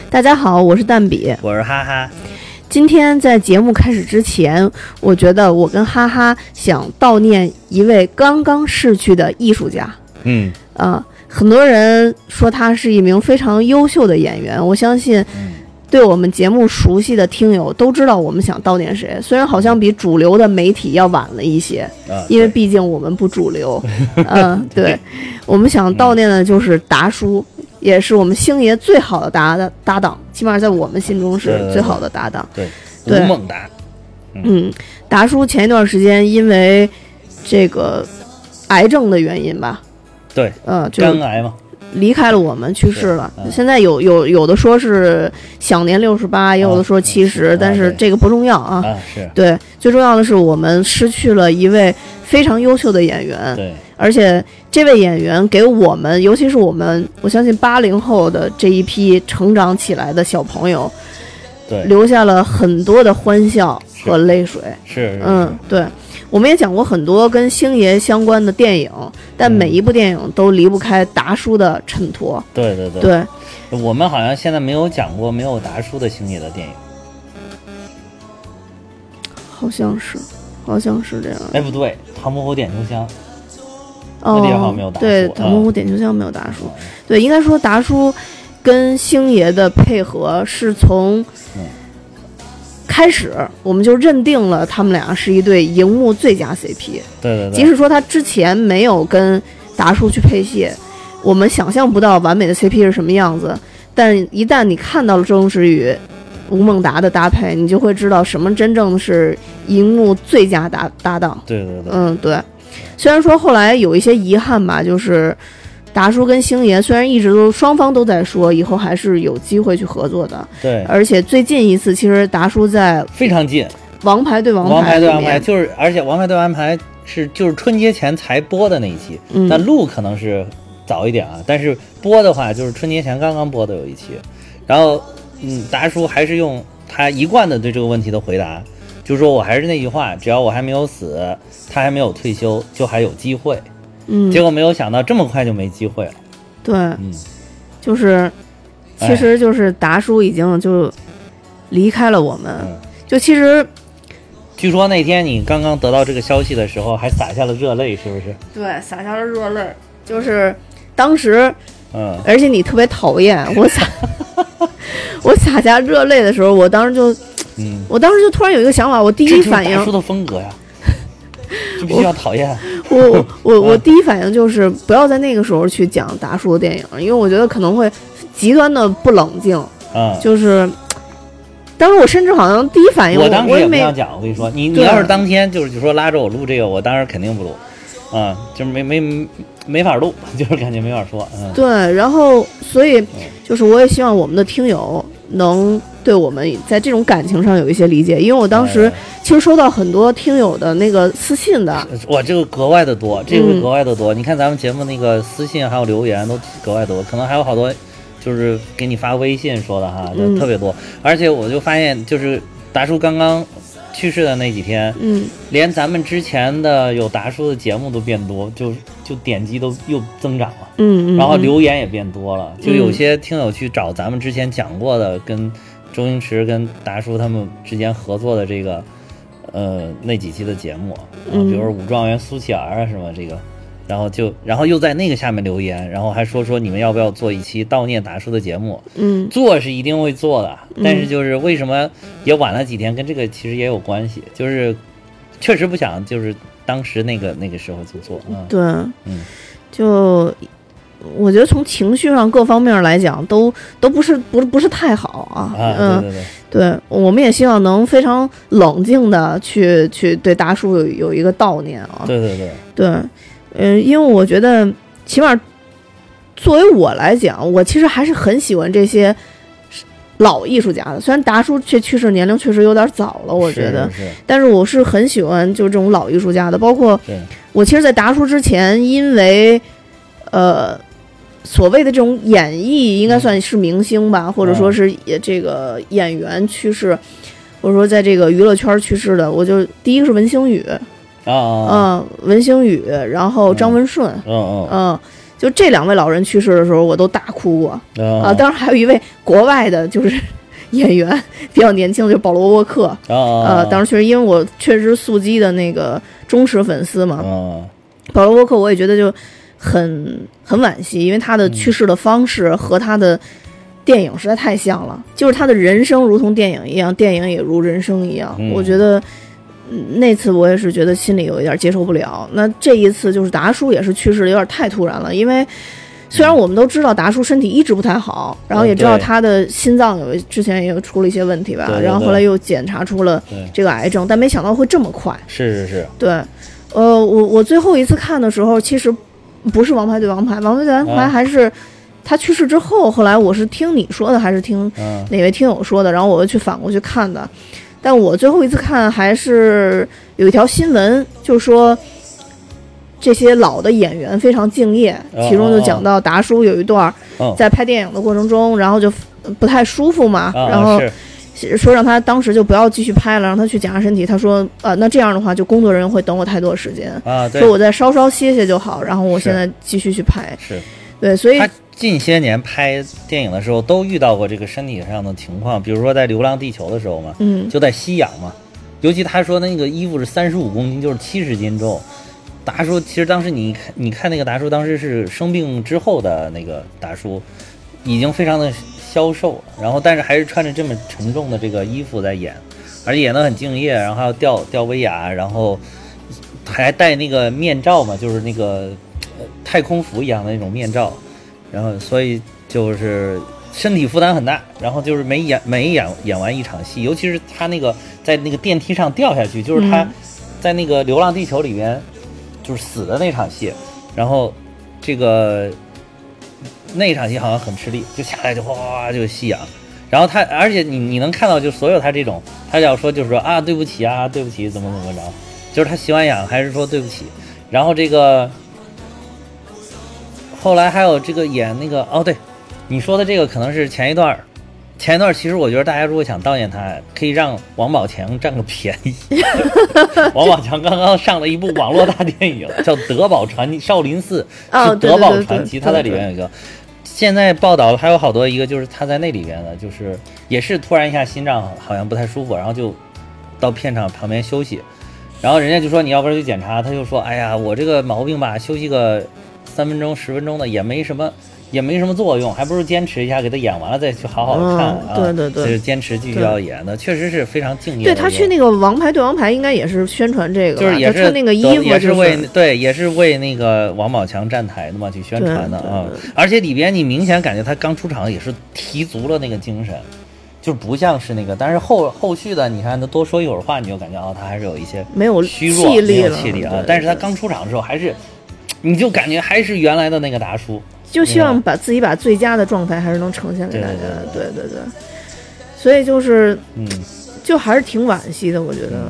大家好，我是蛋比， 我是哈哈。 今天在节目开始之前，我觉得我跟哈哈想悼念一位刚刚逝去的艺术家。很多人说他是一名非常优秀的演员，我相信对我们节目熟悉的听友都知道我们想悼念谁，虽然好像比主流的媒体要晚了一些，因为毕竟我们不主流。对，我们想悼念的就是达叔，也是我们星爷最好的搭档，起码在我们心中是最好的搭档。 对，吴孟达。 达叔前一段时间因为这个癌症的原因吧， 对，肝癌嘛，离开了我们，去世了。现在有的说是享年68，也有的说70，但是这个不重要啊。 是对，最重要的是我们失去了一位非常优秀的演员。 对， 而且这位演员给我们，尤其是我相信80后的这一批成长起来的小朋友， 对， 留下了很多的欢笑和泪水。 是， 对。我们也讲过很多跟星爷相关的电影，但每一部电影都离不开达叔的衬托。 对，我们好像现在没有讲过没有达叔的星爷的电影， 好像是这样。 哎，不对，唐伯虎点秋香，那地方没有达叔。 对，唐伯虎点秋香没有达叔。对，应该说达叔跟星爷的配合是从开始我们就认定了他们俩是一对荧幕最佳 CP。 对， 即使说他之前没有跟达叔去配戏，我们想象不到完美的 CP 是什么样子，但一旦你看到了周星驰与吴孟达的搭配，你就会知道什么真正是荧幕最佳搭档。 对， 对。虽然说后来有一些遗憾吧，就是达叔跟星爷虽然一直都双方都在说以后还是有机会去合作的， 对， 而且最近一次其实达叔在非常近王牌对王牌就是而且王牌对王牌就是春节前才播的那一期，但录可能是早一点啊，但是播的话就是春节前刚刚播的有一期，然后达叔还是用他一贯的对这个问题的回答，就是说我还是那句话，只要我还没有死，他还没有退休，就还有机会。结果没有想到这么快就没机会了。 对，就是其实就是达叔已经就离开了我们。就其实据说那天你刚刚得到这个消息的时候还洒下了热泪，是不是？ 对，洒下了热泪，就是当时而且你特别讨厌我洒下热泪的时候，我当时就突然有一个想法，我第一反应， 这就是达叔的风格呀，就必须要讨厌。 我第一反应就是不要在那个时候去讲达叔的电影，因为我觉得可能会极端的不冷静。就是当时我甚至好像第一反应， 我当时也不想讲。我跟你说，你要是当天就说拉着我录这个，我当时肯定不录。就是没法录，就是感觉没法说。 对，然后所以就是我也希望我们的听友能对我们在这种感情上有一些理解，因为我当时其实收到很多听友的那个私信的， 哇，这个格外的多，你看咱们节目那个私信还有留言都格外多，可能还有好多就是给你发微信说的哈，就特别多。而且我就发现，就是达叔刚刚去世的那几天，连咱们之前的有达叔的节目都变多，就点击都又增长了，然后留言也变多了，就有些听友去找咱们之前讲过的跟周星驰跟达叔他们之间合作的这个那几期的节目比如说武状元苏乞儿啊什么这个，然后又在那个下面留言，然后还说你们要不要做一期悼念达叔的节目。做是一定会做的，但是就是为什么也晚了几天，跟这个其实也有关系，就是确实不想就是当时那个时候就做。 对，就我觉得从情绪上各方面来讲都不是太好啊。对，我们也希望能非常冷静的去对达叔有一个悼念啊。对，因为我觉得起码作为我来讲，我其实还是很喜欢这些老艺术家的，虽然达叔去世年龄确实有点早了，我觉得，但是我是很喜欢就这种老艺术家的，包括我其实在达叔之前，因为所谓的这种演艺应该算是明星吧，或者说是这个演员去世，或者说在这个娱乐圈去世的，我就第一个是文星宇文星宇，然后张文顺， 就这2位老人去世的时候，我都大哭过啊。当然还有一位国外的，就是演员比较年轻，就是保罗沃克当时确实因为我确实是速激的那个忠实粉丝嘛。保罗沃克我也觉得就很惋惜，因为他的去世的方式和他的电影实在太像了，就是他的人生如同电影一样，电影也如人生一样。我觉得那次我也是觉得心里有一点接受不了。那这一次就是达叔也是去世的有点太突然了，因为虽然我们都知道达叔身体一直不太好，然后也知道他的心脏之前也有出了一些问题吧，然后后来又检查出了这个癌症，但没想到会这么快。 是。 对，我最后一次看的时候，其实不是《王牌对王牌》，《王牌对王牌》还是他去世之后，后来我是听你说的，还是听哪位听友说的，然后我又去反过去看的。但我最后一次看还是有一条新闻，就是说这些老的演员非常敬业，其中就讲到达叔有一段在拍电影的过程中，然后就不太舒服嘛，然后说让他当时就不要继续拍了，让他去检查身体。他说那这样的话就工作人员会等我太多时间所以我再稍稍歇歇就好，然后我现在继续去拍。 是对，所以他近些年拍电影的时候都遇到过这个身体上的情况，比如说在《流浪地球》的时候嘛，就在吸氧嘛，尤其他说那个衣服是35公斤，就是70斤重。达叔其实当时你看那个达叔当时是生病之后的那个达叔，已经非常的消瘦，然后但是还是穿着这么沉重的这个衣服在演，而且演得很敬业，然后还要吊威亚，然后还戴那个面罩嘛，就是那个太空服一样的那种面罩，然后所以就是身体负担很大，然后就是每演完一场戏，尤其是他那个在那个电梯上掉下去，就是他在那个《流浪地球》里面就是死的那场戏，然后这个那场戏好像很吃力，就下来就哗就吸氧，然后他而且你能看到就所有他这种他要说就是说啊对不起啊对不起怎么着，就是他吸完氧还是说对不起，然后这个后来还有这个演那个对，你说的这个可能是前一段，其实我觉得大家如果想悼念他，可以让王宝强占个便宜。王宝强刚刚上了一部网络大电影，叫《德宝传奇》，少林寺是德宝传奇，他在里面有一个。现在报道还有好多一个就是他在那里边的，就是也是突然一下心脏好像不太舒服，然后就到片场旁边休息，然后人家就说你要不然去检查，他就说哎呀我这个毛病吧，休息个3分钟10分钟的也没什么作用，还不如坚持一下，给他演完了再去好好的看对， 就是坚持继续要演的，确实是非常敬业。 对，他去那个《王牌对王牌》应该也是宣传这个， 就是也是他穿那个衣服， 也是为那个王宝强站台的嘛，去宣传的啊。而且里边你明显感觉他刚出场也是提足了那个精神，就是不像是那个，但是后续的你看他多说一会儿话，你就感觉他还是有一些没有虚弱气力啊。但是他刚出场的时候还是，你就感觉还是原来的那个达叔。 就希望自己把最佳的状态还是能呈现给大家的，对，所以就是就还是挺惋惜的，我觉得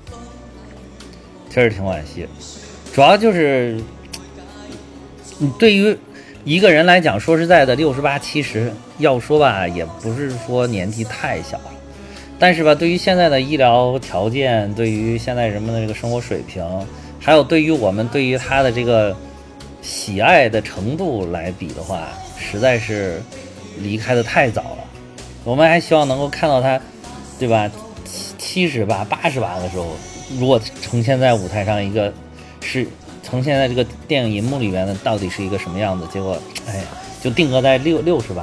确实挺惋惜。主要就是对于一个人来讲，说实在的，68、70，要说吧，也不是说年纪太小了，但是吧，对于现在的医疗条件，对于现在人们的这个生活水平，还有对于我们对于他的这个喜爱的程度来比的话，实在是离开的太早了。我们还希望能够看到他，对吧？70把、80把的时候，如果呈现在舞台上，一个是呈现在这个电影银幕里面的，到底是一个什么样子？结果，哎呀，就定格在60把。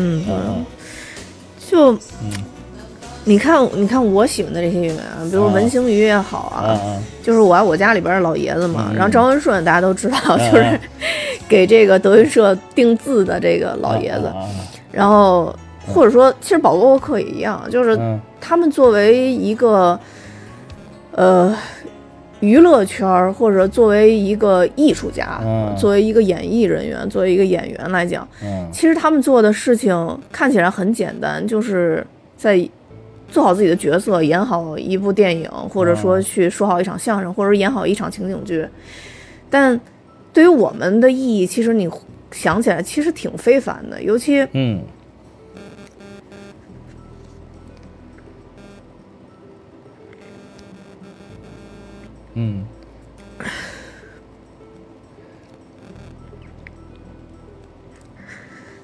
你看我喜欢的这些演员啊，比如文星宇也好就是我家里边的老爷子嘛。然后张文顺大家都知道，就是给这个德云社定字的这个老爷子。然后或者说，其实保罗沃克也一样，就是他们作为一个娱乐圈或者作为一个艺术家，作为一个演艺人员，作为一个演员来讲，其实他们做的事情看起来很简单，就是在做好自己的角色，演好一部电影，或者说去说好一场相声，或者演好一场情景剧。但对于我们的意义，其实你想起来其实挺非凡的，尤其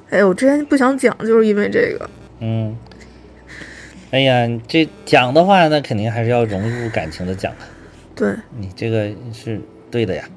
哎，我之前不想讲，就是因为这个。 哎呀，这讲的话，那肯定还是要融入感情的讲的。 对， 你这个是对的呀。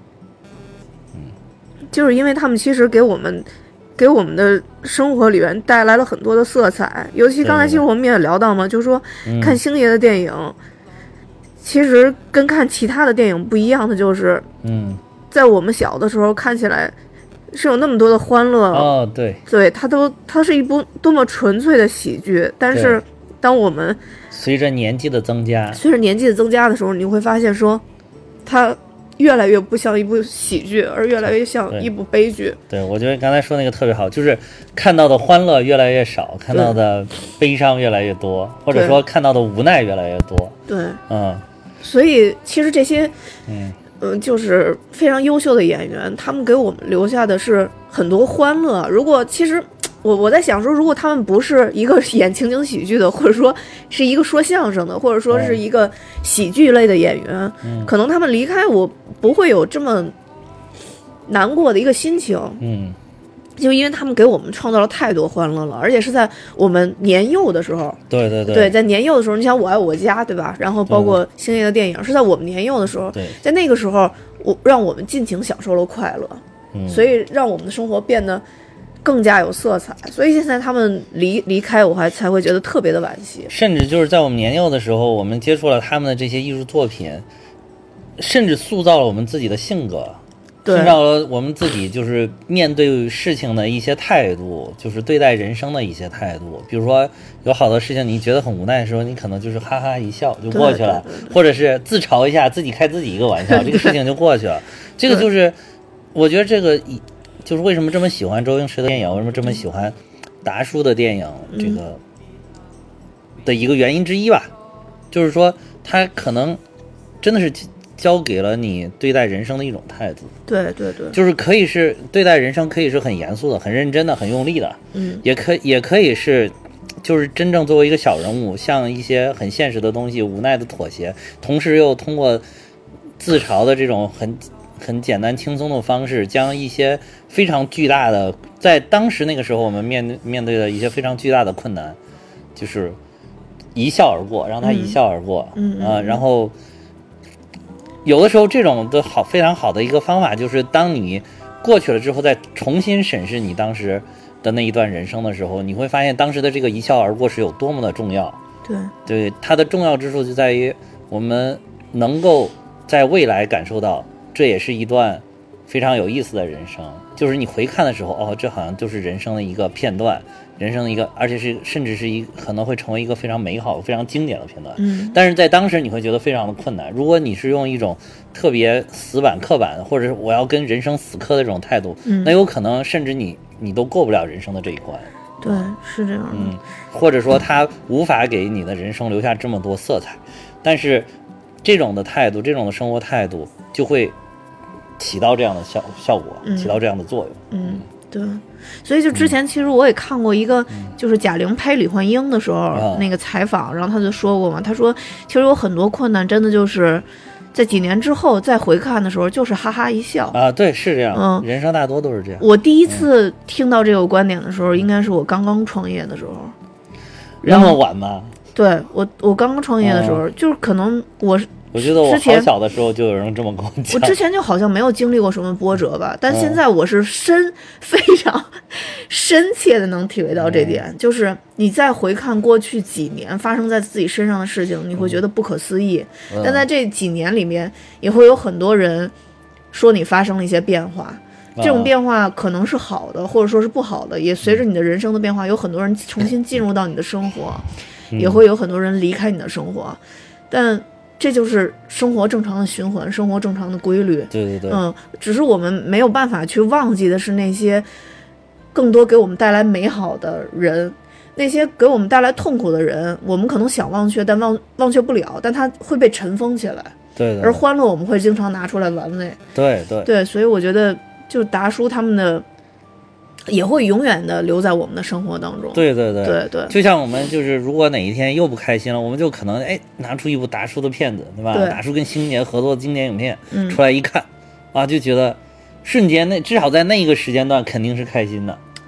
就是因为他们其实给我们的生活里面带来了很多的色彩，尤其刚才其实我们也聊到嘛，就是说看星爷的电影，其实跟看其他的电影不一样的就是，在我们小的时候看起来是有那么多的欢乐哦，对， 它是一部多么纯粹的喜剧，但是当我们随着年纪的增加的时候，你会发现说，它越来越不像一部喜剧，而越来越像一部悲剧。 对，我觉得刚才说那个特别好，就是看到的欢乐越来越少，看到的悲伤越来越多，或者说看到的无奈越来越多。 对，所以其实这些，就是非常优秀的演员，他们给我们留下的是很多欢乐。如果其实我在想说，如果他们不是一个演情景喜剧的，或者说是一个说相声的，或者说是一个喜剧类的演员，可能他们离开我不会有这么难过的一个心情。就因为他们给我们创造了太多欢乐了，而且是在我们年幼的时候。对，在年幼的时候，你想《我爱我家》，对吧？然后包括星爷的电影，是在我们年幼的时候，在那个时候，让我们尽情享受了快乐，所以让我们的生活变得更加有色彩。所以现在他们离开，我才会觉得特别的惋惜。 甚至就是在我们年幼的时候，我们接触了他们的这些艺术作品，甚至塑造了我们自己的性格。塑造了我们自己就是面对事情的一些态度，就是对待人生的一些态度。比如说有好多事情你觉得很无奈的时候，你可能就是哈哈一笑就过去了，或者是自嘲一下，自己开自己一个玩笑，这个事情就过去了。这个就是我觉得这个就是为什么这么喜欢周星驰的电影，为什么这么喜欢达叔的电影，这个的一个原因之一吧。就是说他可能真的是交给了你对待人生的一种态度。 对， 就是可以是对待人生，可以是很严肃的、很认真的、很用力的，也可以是就是真正作为一个小人物，像一些很现实的东西无奈的妥协，同时又通过自嘲的这种很简单轻松的方式，将一些非常巨大的，在当时那个时候我们面对的一些非常巨大的困难，就是一笑而过，让他一笑而过。然后有的时候这种的非常好的一个方法，就是当你过去了之后，再重新审视你当时的那一段人生的时候，你会发现当时的这个一笑而过是有多么的重要。对，它的重要之处就在于我们能够在未来感受到，这也是一段非常有意思的人生。就是你回看的时候，这好像就是人生的一个片段，人生的一个，而且是甚至是可能会成为一个非常美好、非常经典的片段。但是在当时你会觉得非常的困难。如果你是用一种特别死板、刻板，或者是我要跟人生死磕的这种态度，那有可能甚至你都过不了人生的这一关。 对，是这样的。 或者说他无法给你的人生留下这么多色彩，但是这种的态度，这种的生活态度就会起到这样的效果，起到这样的作用。 对，所以就之前其实我也看过一个，就是贾玲拍李焕英的时候那个采访，然后他就说过嘛，他说其实有很多困难真的就是在几年之后再回看的时候就是哈哈一笑啊。对，是这样。人生大多都是这样。 我第一次听到这个观点的时候，应该是我刚刚创业的时候。 那么晚吗？ 对，我刚刚创业的时候，就是可能我觉得我好小的时候就有人这么跟我讲。 我之前就好像没有经历过什么波折吧，但现在我是非常深切的能体会到这点，就是你再回看过去几年发生在自己身上的事情，你会觉得不可思议，但在这几年里面也会有很多人说你发生了一些变化，这种变化可能是好的或者说是不好的，也随着你的人生的变化，有很多人重新进入到你的生活，也会有很多人离开你的生活，但这就是生活正常的循环，生活正常的规律。 对， 只是我们没有办法去忘记的是那些更多给我们带来美好的人，那些给我们带来痛苦的人，我们可能想忘却，但忘却不了，但它会被尘封起来。 对， 而欢乐我们会经常拿出来玩味。对，所以我觉得就达叔他们的也会永远的留在我们的生活当中。 对， 就像我们就是如果哪一天又不开心了，我们就可能拿出一部达叔的片子，对吧？达叔跟星爷合作的经典影片出来一看，就觉得瞬间至少在那一个时间段肯定是开心的。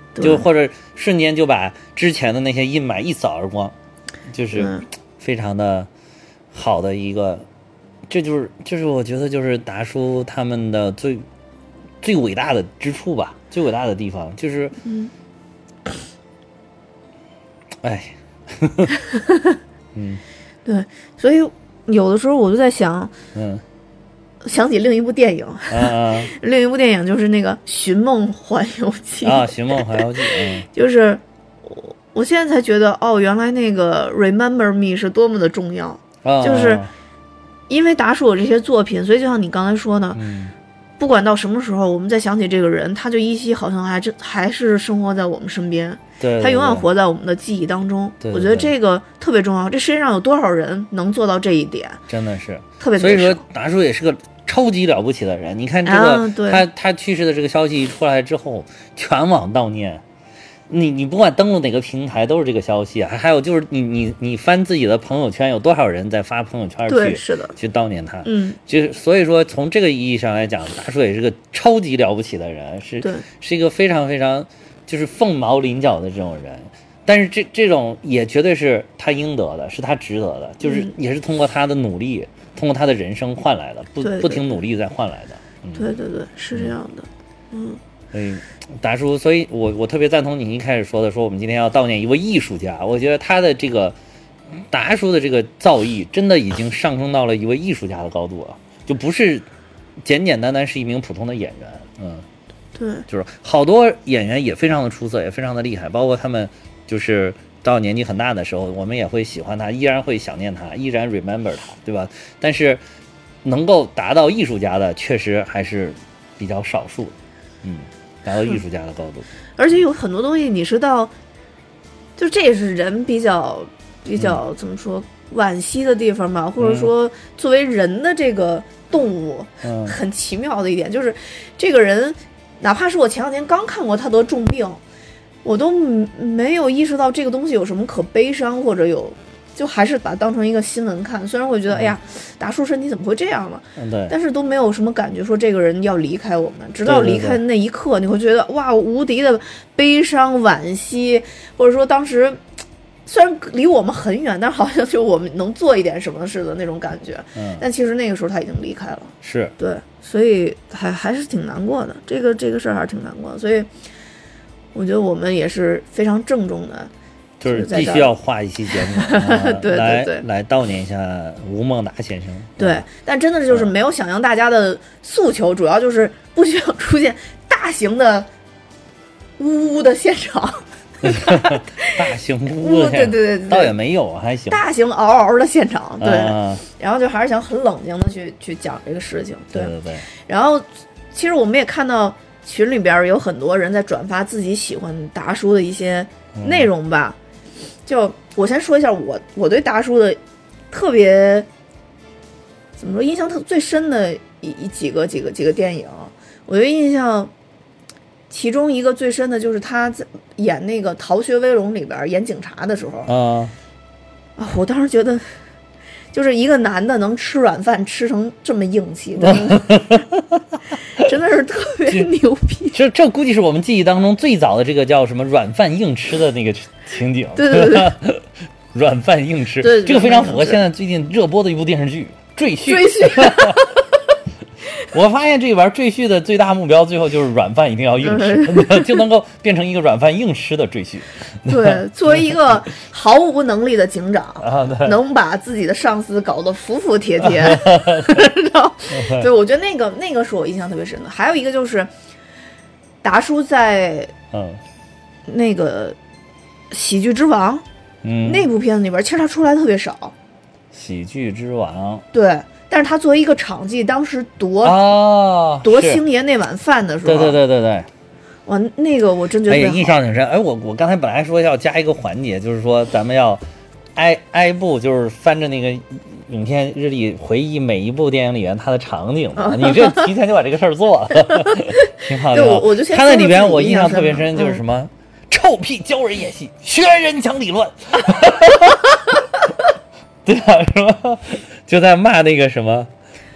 就或者瞬间就把之前的那些阴霾一扫而光，就是非常的好的一个，这就是我觉得就是达叔他们的最伟大的之处吧，最伟大的地方就是， 对，所以有的时候我就在想，想起另一部电影，另一部电影就是那个《寻梦环游记》 啊，《寻梦环游记》， 就是我现在才觉得，原来那个 Remember Me 是多么的重要，就是因为达叔有这些作品，所以就像你刚才说的，不管到什么时候，我们再想起这个人，他就依稀好像还是生活在我们身边， 对， 他永远活在我们的记忆当中。 对， 我觉得这个特别重要。这世界上有多少人能做到这一点？ 真的是特别。 所以说，达叔也是个超级了不起的人。你看这个，他去世的这个消息一出来之后，全网悼念。你不管登录哪个平台都是这个消息啊，还有就是你翻自己的朋友圈，有多少人在发朋友圈去悼念他，就是所以说从这个意义上来讲，达叔也是个超级了不起的人，是一个非常非常就是凤毛麟角的这种人，但是这种也绝对是他应得的，是他值得的，就是也是通过他的努力，通过他的人生换来的，不停努力再换来的， 对，是这样的， 达叔，所以我特别赞同你一开始说的，说我们今天要悼念一位艺术家。我觉得他的这个达叔的这个造诣，真的已经上升到了一位艺术家的高度了，就不是简单是一名普通的演员。 对， 就是好多演员也非常的出色，也非常的厉害，包括他们就是到年纪很大的时候，我们也会喜欢他，依然会想念他，依然 remember 他，对吧？但是能够达到艺术家的，确实还是比较少数的。达到艺术家的高度， 而且有很多东西你是到，就这也是人比较怎么说惋惜的地方吧，或者说作为人的这个动物，很奇妙的一点就是这个人，哪怕是我前两天刚看过他得重病，我都没有意识到这个东西有什么可悲伤，或者就还是把它当成一个新闻看。虽然会觉得，哎呀，达叔身体怎么会这样了？ 对， 但是都没有什么感觉，说这个人要离开我们。直到离开那一刻，你会觉得哇，无敌的悲伤、惋惜，或者说当时虽然离我们很远，但好像就我们能做一点什么似的那种感觉。但其实那个时候他已经离开了。 是对，所以还是挺难过的。这个事儿还是挺难过的。所以我觉得我们也是非常郑重的。 就是必须要画一期节目， 对， 来悼念一下吴孟达先生。 对，但真的就是没有响应大家的诉求，主要就是不需要出现大型的呜呜的现场。 大型呜呜的现场， 对， 倒也没有，还行。 大型嗷嗷的现场，对。然后就还是想很冷静的去讲这个事情，对。然后其实我们也看到群里边有很多人在转发自己喜欢达叔的一些内容吧。就我先说一下我对达叔的特别怎么说印象最深的几个电影，我觉得印象其中一个最深的就是他在演那个《逃学威龙》里边演警察的时候我当时觉得就是一个男的能吃软饭吃成这么硬气，真的是特别牛逼。 这估计是我们记忆当中最早的这个叫什么软饭硬吃的那个情景。 对软饭硬吃， 对， 这个非常符合现在最近热播的一部电视剧《赘婿》。我发现这玩赘婿的最大目标，最后就是软饭一定要硬吃，就能够变成一个软饭硬吃的赘婿。 对，作为一个毫无能力的警长，能把自己的上司搞得服服帖帖。对，我觉得那个是我印象特别深的。还有一个就是达叔在那个《喜剧之王》那部片子里边，其实他出来特别少。 喜剧之王， 对。但是他作为一个场记，当时夺星爷那碗饭的时候， 对， 哇，那个我真觉得印象挺深。我刚才本来说要加一个环节，就是说咱们要挨部，就是翻着那个影片日历回忆每一部电影里面它的场景嘛。你这提前就把这个事儿做了，挺好的。 我就他那里边我印象特别深，就是什么臭屁教人演戏，学人讲理论。对啊，是吧？就在骂那个什么，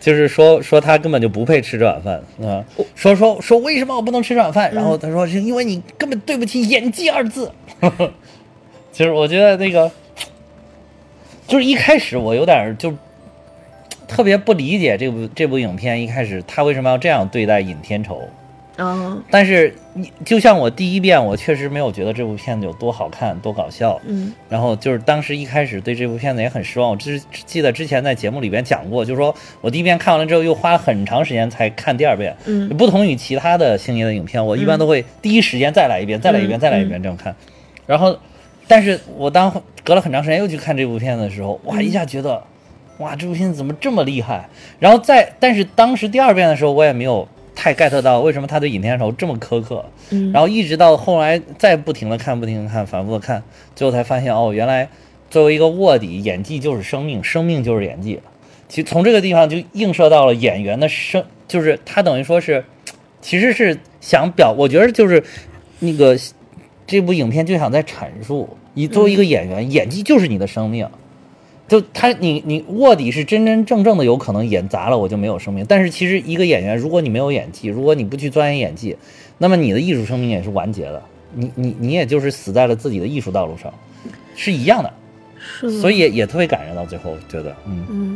就是说他根本就不配吃这碗饭啊，说为什么我不能吃这碗饭？然后他说是因为你根本对不起演技2字。就是我觉得那个，就是一开始我有点就特别不理解这部影片一开始他为什么要这样对待尹天仇。但是就像我第一遍，我确实没有觉得这部片子有多好看、多搞笑。然后就是当时一开始对这部片子也很失望。我只记得之前在节目里边讲过，就是说我第一遍看完了之后，又花了很长时间才看第2遍。不同于其他的星爷的影片，我一般都会第一时间再来一遍，再来一遍，再来一遍这样看。然后，但是我当隔了很长时间又去看这部片子的时候，哇，一下觉得，哇，这部片子怎么这么厉害？然后但是当时第2遍的时候，我也没有太 get 到为什么他对尹天仇这么苛刻。然后一直到后来再不停的看，反复的看，最后才发现原来作为一个卧底，演技就是生命，生命就是演技。其实从这个地方就映射到了演员的就是他等于说是，其实是想我觉得就是那个这部影片就想在阐述，你作为一个演员，演技就是你的生命。就你卧底是真真正正的有可能演砸了我就没有生命，但是其实一个演员，如果你没有演技，如果你不去钻研演技，那么你的艺术生命也是完结的，你也就是死在了自己的艺术道路上，是一样的。 是的， 所以也特别感人到最后，觉得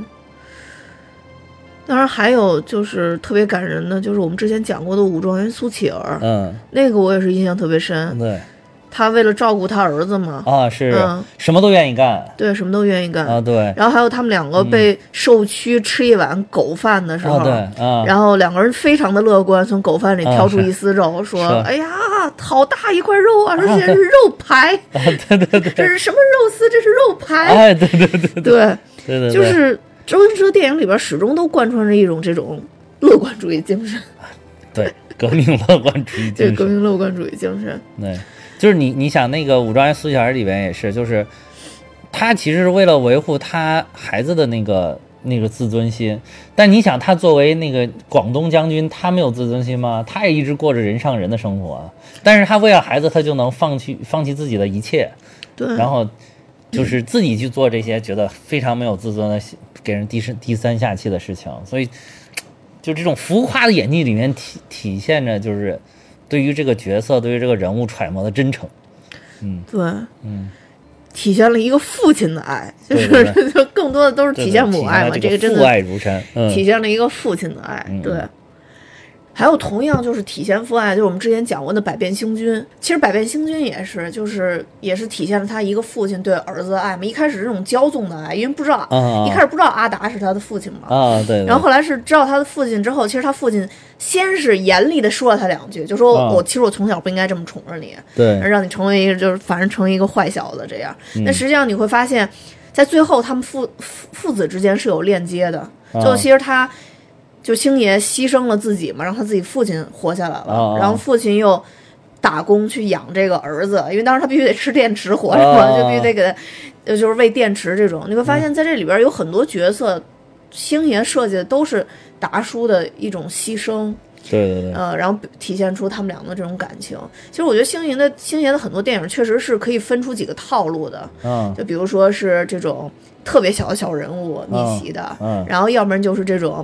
当然还有就是特别感人的，就是我们之前讲过的武状元苏乞儿，那个我也是印象特别深。 对。 他为了照顾他儿子嘛， 是，什么都愿意干， 对，什么都愿意干啊，对。 然后还有他们2个被受屈吃一碗狗饭的时候， 对， 然后2个人非常的乐观，从狗饭里挑出一丝肉，说：“哎呀，好大一块肉啊，而且是肉排， 对， 这是什么肉丝？这是肉排。” 哎，对， 就是周星驰的电影里边始终都贯穿着一种这种乐观主义精神， 对，革命乐观主义精神， 对，革命乐观主义精神， 对。就是你想那个武状元苏乞儿里边也是，就是他其实是为了维护他孩子的那个自尊心，但你想他作为那个广东将军，他没有自尊心吗？他也一直过着人上人的生活，但是他为了孩子，他就能放弃自己的一切， 对， 然后就是自己去做这些觉得非常没有自尊的、给人低三下气的事情，所以就这种浮夸的演技里面体现着就是对于这个角色、对于这个人物揣摩的真诚。 对，体现了一个父亲的爱，就是就更多的都是体现母爱嘛，这个真的父爱如山， 体现了一个父亲的爱，对。还有同样就是体现父爱，就是我们之前讲过的百变星君。其实百变星君也是体现了他一个父亲对儿子的爱嘛。一开始这种骄纵的爱，因为不知道，一开始不知道阿达是他的父亲嘛， 对。 然后后来是知道他的父亲之后，其实他父亲先是严厉的说了他2句，就说我其实我从小不应该这么宠着你， 对， 让你成为一个就是反正成为一个坏小子这样。那实际上你会发现，在最后他们父子之间是有链接的，就其实就星爷牺牲了自己嘛，让他自己父亲活下来了，然后父亲又打工去养这个儿子，因为当时他必须得吃电池活着嘛，就必须得给他，就是喂电池这种。你会发现在这里边有很多角色，星爷设计的都是达叔的一种牺牲， 对， 然后体现出他们俩的这种感情。其实我觉得星爷的很多电影确实是可以分出几个套路的，就比如说是这种特别小的小人物逆袭的，然后要不然就是这种。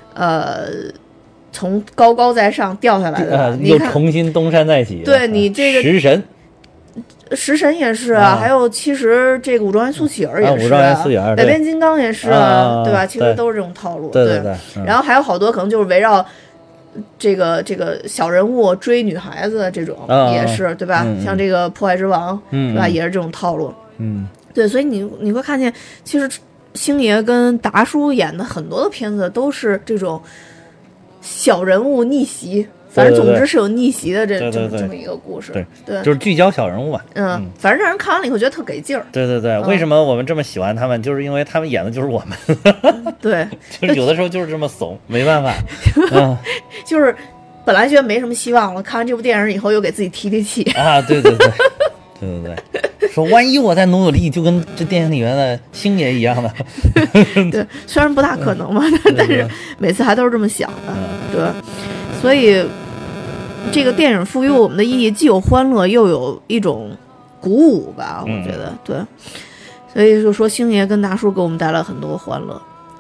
从高高在上掉下来的， 又重新东山再起。 对你这个食神也是啊，还有其实这个武状元苏乞儿也是，百变金刚也是啊，对吧？其实都是这种套路。 对。 然后还有好多可能就是围绕这个小人物追女孩子这种也是，对吧？像这个破坏之王，对吧？也是这种套路。对，所以你会看见，其实。星爷跟达叔演的很多的片子都是这种小人物逆袭，反正总之是有逆袭的这么一个故事。对， 就是聚焦小人物嘛。 反正让人看完了以后觉得特给劲儿。 对，为什么我们这么喜欢他们？就是因为他们演的就是我们。 对， 就是有的时候就是这么怂，没办法。 就是本来觉得没什么希望了，看完这部电影以后又给自己提气啊！对。说万一我再努力，就跟这电影里面的星爷一样的。 对，虽然不大可能嘛，但是每次还都是这么想的。对，所以这个电影赋予我们的意义既有欢乐，又有一种鼓舞吧，我觉得。对，所以就说星爷跟达叔给我们带来很多欢乐。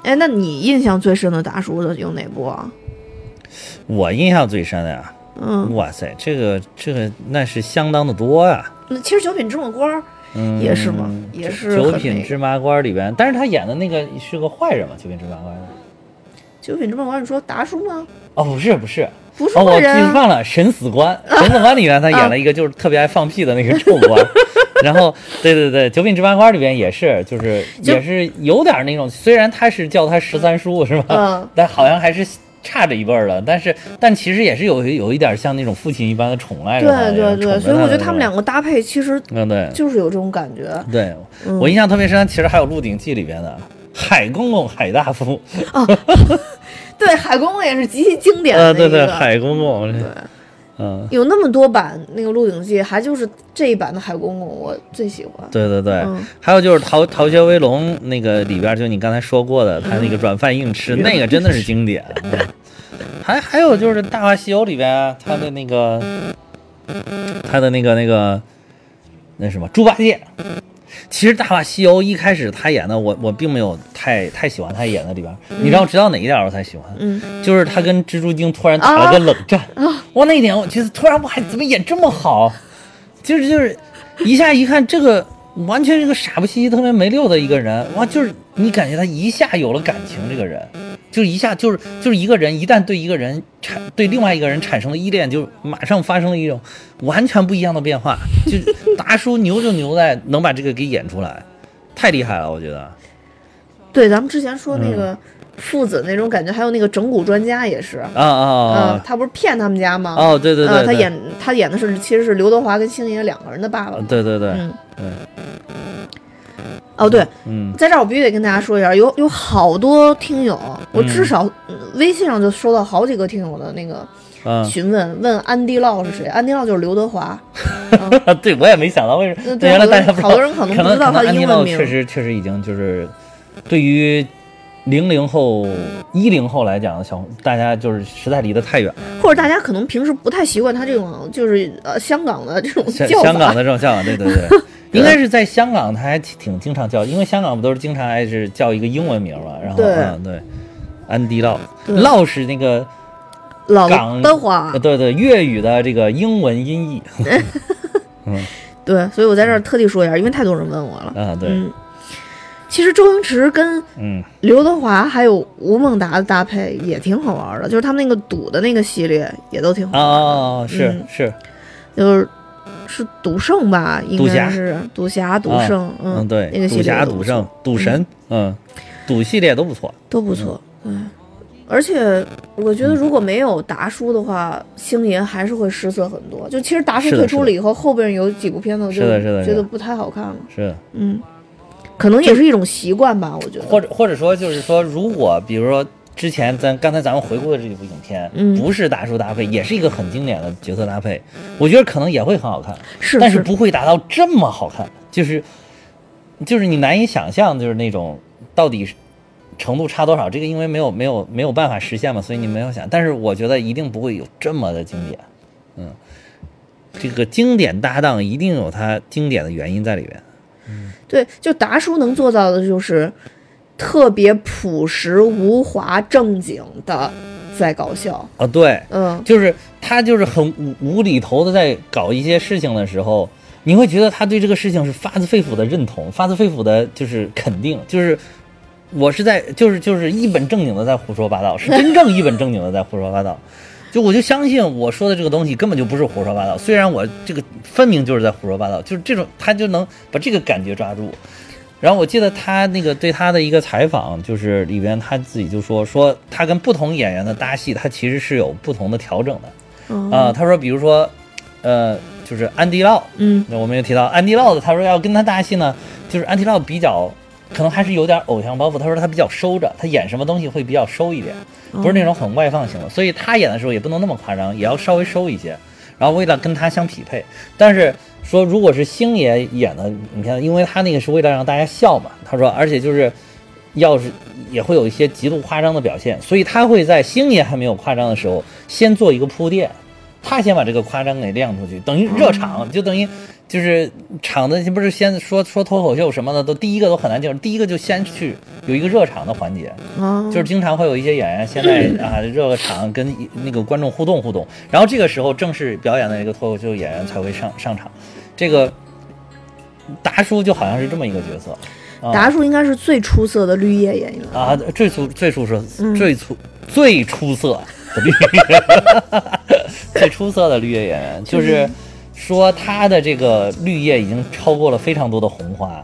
哎，那你印象最深的达叔的有哪部啊？ 我印象最深的呀，哇塞，这个那是相当的多呀。 那其实九品芝麻官也是吗？也是九品芝麻官里边，但是他演的那个是个坏人嘛？九品芝麻官。 九品芝麻官，你说达叔吗？ 哦，不是坏人、 我记忘了审死官。审死官里面他演了一个就是特别爱放屁的那个臭官。然后对，九品芝麻官里边也是，也是有点那种，虽然他是叫他13叔是吧？但好像还是差着一辈儿了。但其实也是有一点像那种父亲一般的宠爱着他。 对，所以我觉得他们两个搭配其实对， 就是有这种感觉。 对，我印象特别深，其实还有《鹿鼎记》里边的海公公、海大夫。 对，海公公也是极其经典的对，海公公。 对。有那么多版那个《鹿鼎记》，还就是这一版的海公公我最喜欢。 对，还有就是逃学威龙那个里边，就你刚才说过的，他那个软饭硬吃，那个真的是经典。还有就是《大话西游》里边他的那个那什么猪八戒。其实《大话西游》一开始他演的，我并没有太喜欢他演的里边。你让我知道哪一点我才喜欢？就是他跟蜘蛛精突然打了个冷战。哇，那一点我觉得突然还怎么演这么好？就是一下一看这个完全是个傻不兮兮、特别没溜的一个人。哇，就是你感觉他一下有了感情，这个人就一下就是一个人一旦对另外一个人产生了依恋，就马上发生了一种完全不一样的变化。就达叔牛就牛在能把这个给演出来，太厉害了，我觉得。对， 咱们之前说那个父子那种感觉，还有那个整蛊专家也是他不是骗他们家吗？ 对， 他演的其实是刘德华跟星爷两个人的爸爸。 对， 对，在这儿我必须得跟大家说一下，有好多听友，我至少微信上就收到好几个听友的那个询问安迪烙是谁？安迪烙就是刘德华。 对，我也没想到为什么，原来大家不知道， 好多人可能不知道他的英文名。 确实已经就是对于00后、10后来讲，大家就是实在离得太远了， 或者大家可能平时不太习惯他这种就是香港的这种叫法。 香港的这种叫法，对。应该是在香港，他还挺经常叫，因为香港不都是经常还是叫一个英文名嘛，然后对，安迪烙，烙是那个老的话， 对，粤语的这个英文音译。 对，所以我在这儿特地说一下，因为太多人问我了。 对。 其实周星驰跟刘德华还有吴孟达的搭配也挺好玩的，就是他们那个赌的那个系列也都挺好玩的。是，就是赌圣吧，应该是赌侠、赌圣， 对， 那个系列赌侠、赌圣、赌神，赌系列都不错。而且我觉得如果没有达叔的话，星爷还是会失色很多。就其实达叔退出了以后，后边有几部片子我就觉得不太好看了。 是， 可能也是一种习惯吧，我觉得。 或者说就是说，如果比如说之前刚才咱们回顾的这几部影片，不是达叔搭配，也是一个很经典的角色搭配，我觉得可能也会很好看，但是不会达到这么好看，就是你难以想象，就是那种到底程度差多少，这个因为没有办法实现嘛，所以你没有想，但是我觉得一定不会有这么的经典。这个经典搭档一定有它经典的原因在里边。 对，就达叔能做到的就是特别朴实无华正经的在搞笑对，就是他就是很无厘头的在搞一些事情的时候，你会觉得他对这个事情是发自肺腑的认同，发自肺腑的就是肯定，就是我是在就是一本正经的在胡说八道，是真正一本正经的在胡说八道。我就相信我说的这个东西根本就不是胡说八道，虽然我这个分明就是在胡说八道，就是这种他就能把这个感觉抓住。然后我记得他那个对他的一个采访，就是里边他自己就说他跟不同演员的搭戏，他其实是有不同的调整的。他说比如说就是安迪烙，我们也提到安迪烙的，他说要跟他搭戏呢，就是安迪烙比较可能还是有点偶像包袱，他说他比较收着，他演什么东西会比较收一点，不是那种很外放型的，所以他演的时候也不能那么夸张，也要稍微收一些，然后为了跟他相匹配。但是说如果是星爷演的，你看，因为他那个是为了让大家笑嘛，他说而且就是要是也会有一些极度夸张的表现，所以他会在星爷还没有夸张的时候先做一个铺垫， 他先把这个夸张给亮出去，等于热场，就等于就是场的不是先说脱口秀什么的，都第一个都很难进入，第一个就先去有一个热场的环节，就是经常会有一些演员现在热个场跟那个观众互动，然后这个时候正式表演的这个脱口秀演员才会上场。这个达叔就好像是这么一个角色。 达叔应该是最出色的绿叶演员啊，最出色的绿叶，最出色的绿叶演员，就是说他的这个绿叶已经超过了非常多的红花，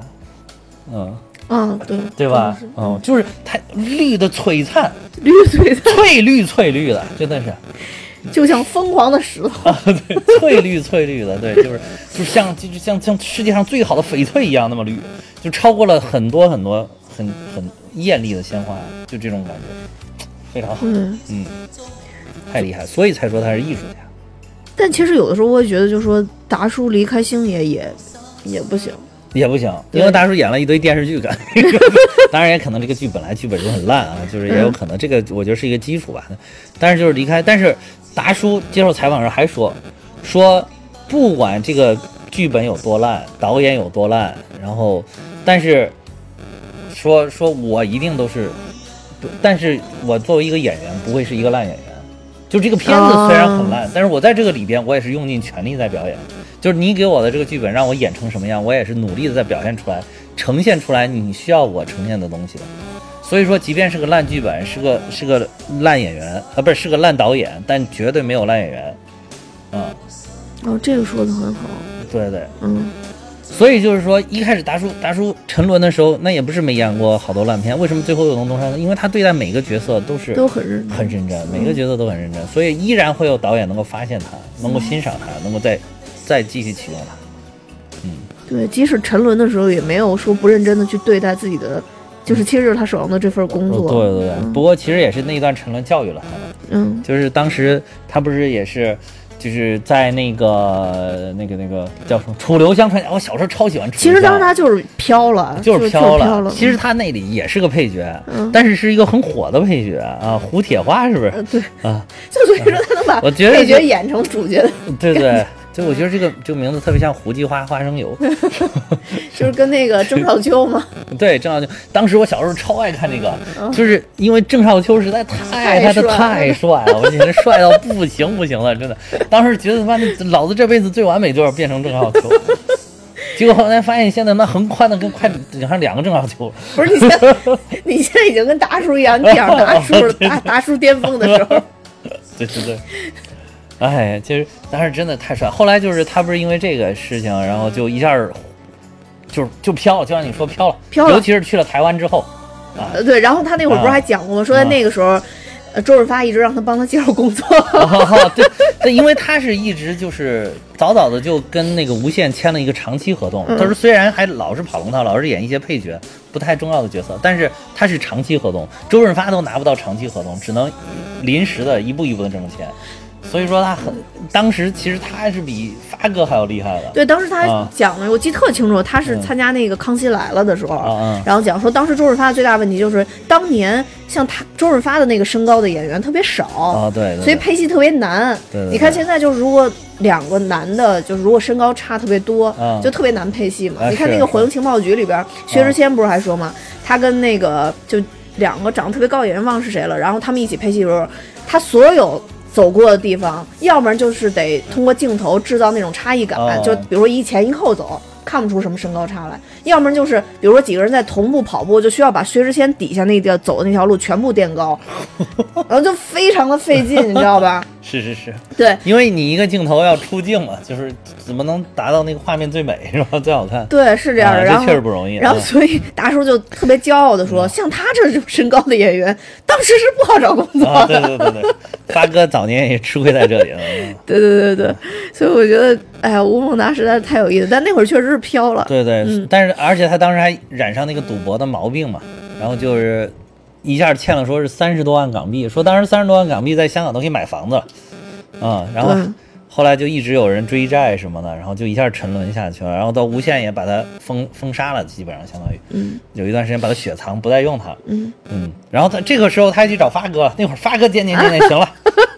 对吧？就是他绿的璀璨，翠绿的，真的是。 就像疯狂的石头对，翠绿的，对，就像世界上最好的翡翠一样那么绿，就超过了很多很艳丽的鲜花，就这种感觉，非常好，太厉害，所以才说他是艺术家。 但其实有的时候我会觉得，就是说达叔离开星爷也不行。 也不行，因为达叔演了一堆电视剧，当然也可能这个剧本来就很烂啊，就是也有可能这个我觉得是一个基础吧。但是就是离开，但是达叔接受采访时还说不管这个剧本有多烂，导演有多烂，然后但是说我一定都是，但是我作为一个演员不会是一个烂演员。就这个片子虽然很烂，但是我在这个里边我也是用尽全力在表演。就是你给我的这个剧本让我演成什么样，我也是努力的在表现出来，呈现出来你需要我呈现的东西的。所以说即便是个烂剧本，是个烂演员不是个烂导演，但绝对没有烂演员。 这个说的很好。 对，所以就是说一开始达叔沉沦的时候，那也不是没演过好多烂片，为什么最后又能东山呢？因为他对待每个角色都很认真，每个角色都很认真，所以依然会有导演能够发现他，能够欣赏他，能够再继续启用他。 对，即使沉沦的时候也没有说不认真的去对待自己的，就是其实就是他手上的这份工作。 对，不过其实也是那一段沉沦教育了他的。就是当时他不是也是就是在那个叫什么楚留香传，我小时候超喜欢楚留香。 其实当时他就是飘了。 其实他那里也是个配角，但是一个很火的配角啊，胡铁花是不是？ 对啊，就所以说他能把配角演成主角的。 对。就我觉得这个名字特别像胡姬花生油， 就是跟那个郑少秋嘛。 对，郑少秋，当时我小时候超爱看这个，就是因为郑少秋实在太帅了，我简直帅到不行了，真的。当时觉得他妈老子这辈子最完美就是变成郑少秋，结果后来发现现在那横宽的跟快顶上两个郑少秋。 不是你现在已经跟达叔一样，你讲达叔巅峰的时候。 对。哎，其实当时真的太帅。后来就是他不是因为这个事情，然后就一下就飘了，就像你说飘了，尤其是去了台湾之后对，然后他那会儿不是还讲过吗？说在那个时候，周润发一直让他帮他介绍工作。 对，因为他是一直就是早的就跟那个无线签了一个长期合同。他说虽然还老是跑龙套，老是演一些配角，不太重要的角色，但是他是长期合同。周润发都拿不到长期合同，只能临时的一步一步的挣钱。所以说当时其实他是比发哥还要厉害的。 对，当时他讲了，我记得特清楚，他是参加那个《康熙来了》的时候，然后讲说当时周润发的最大问题就是当年像他周润发的那个身高的演员特别少， 对， 所以配戏特别难。 对， 你看现在就是如果两个男的，就是如果身高差特别多，就特别难配戏嘛。你看那个《火星情报局》里边，薛之谦不是还说嘛，他跟那个就两个长得特别高的演员忘了是谁了，然后他们一起配戏的时候，他所有走过的地方，要不然就是得通过镜头制造那种差异感，就比如说一前一后走，看不出什么身高差来；要不然就是比如说几个人在同步跑步，就需要把薛之谦底下那个走的那条路全部垫高，然后就非常的费劲，你知道吧？ 是， 对， 因为你一个镜头要出镜嘛，就是怎么能达到那个画面最美是吧？最好看。 对，是这样的。然后这确实不容易。 然后所以达叔就特别骄傲的说，像他这种身高的演员，当时是不好找工作的。对，发哥早年也吃亏在这里了。 对，所以我觉得，哎呀，吴孟达实在是太有意思，但那会儿确实是飘了。 对，但是而且他当时还染上那个赌博的毛病嘛，然后就是一下欠了，说是30多万港币，说当时30多万港币在香港都可以买房子了，然后后来就一直有人追债什么的，然后就一下沉沦下去了，然后到无线也把他封杀了，基本上相当于，有一段时间把他雪藏，不再用他，然后他这个时候他还去找发哥，那会儿发哥渐渐行了，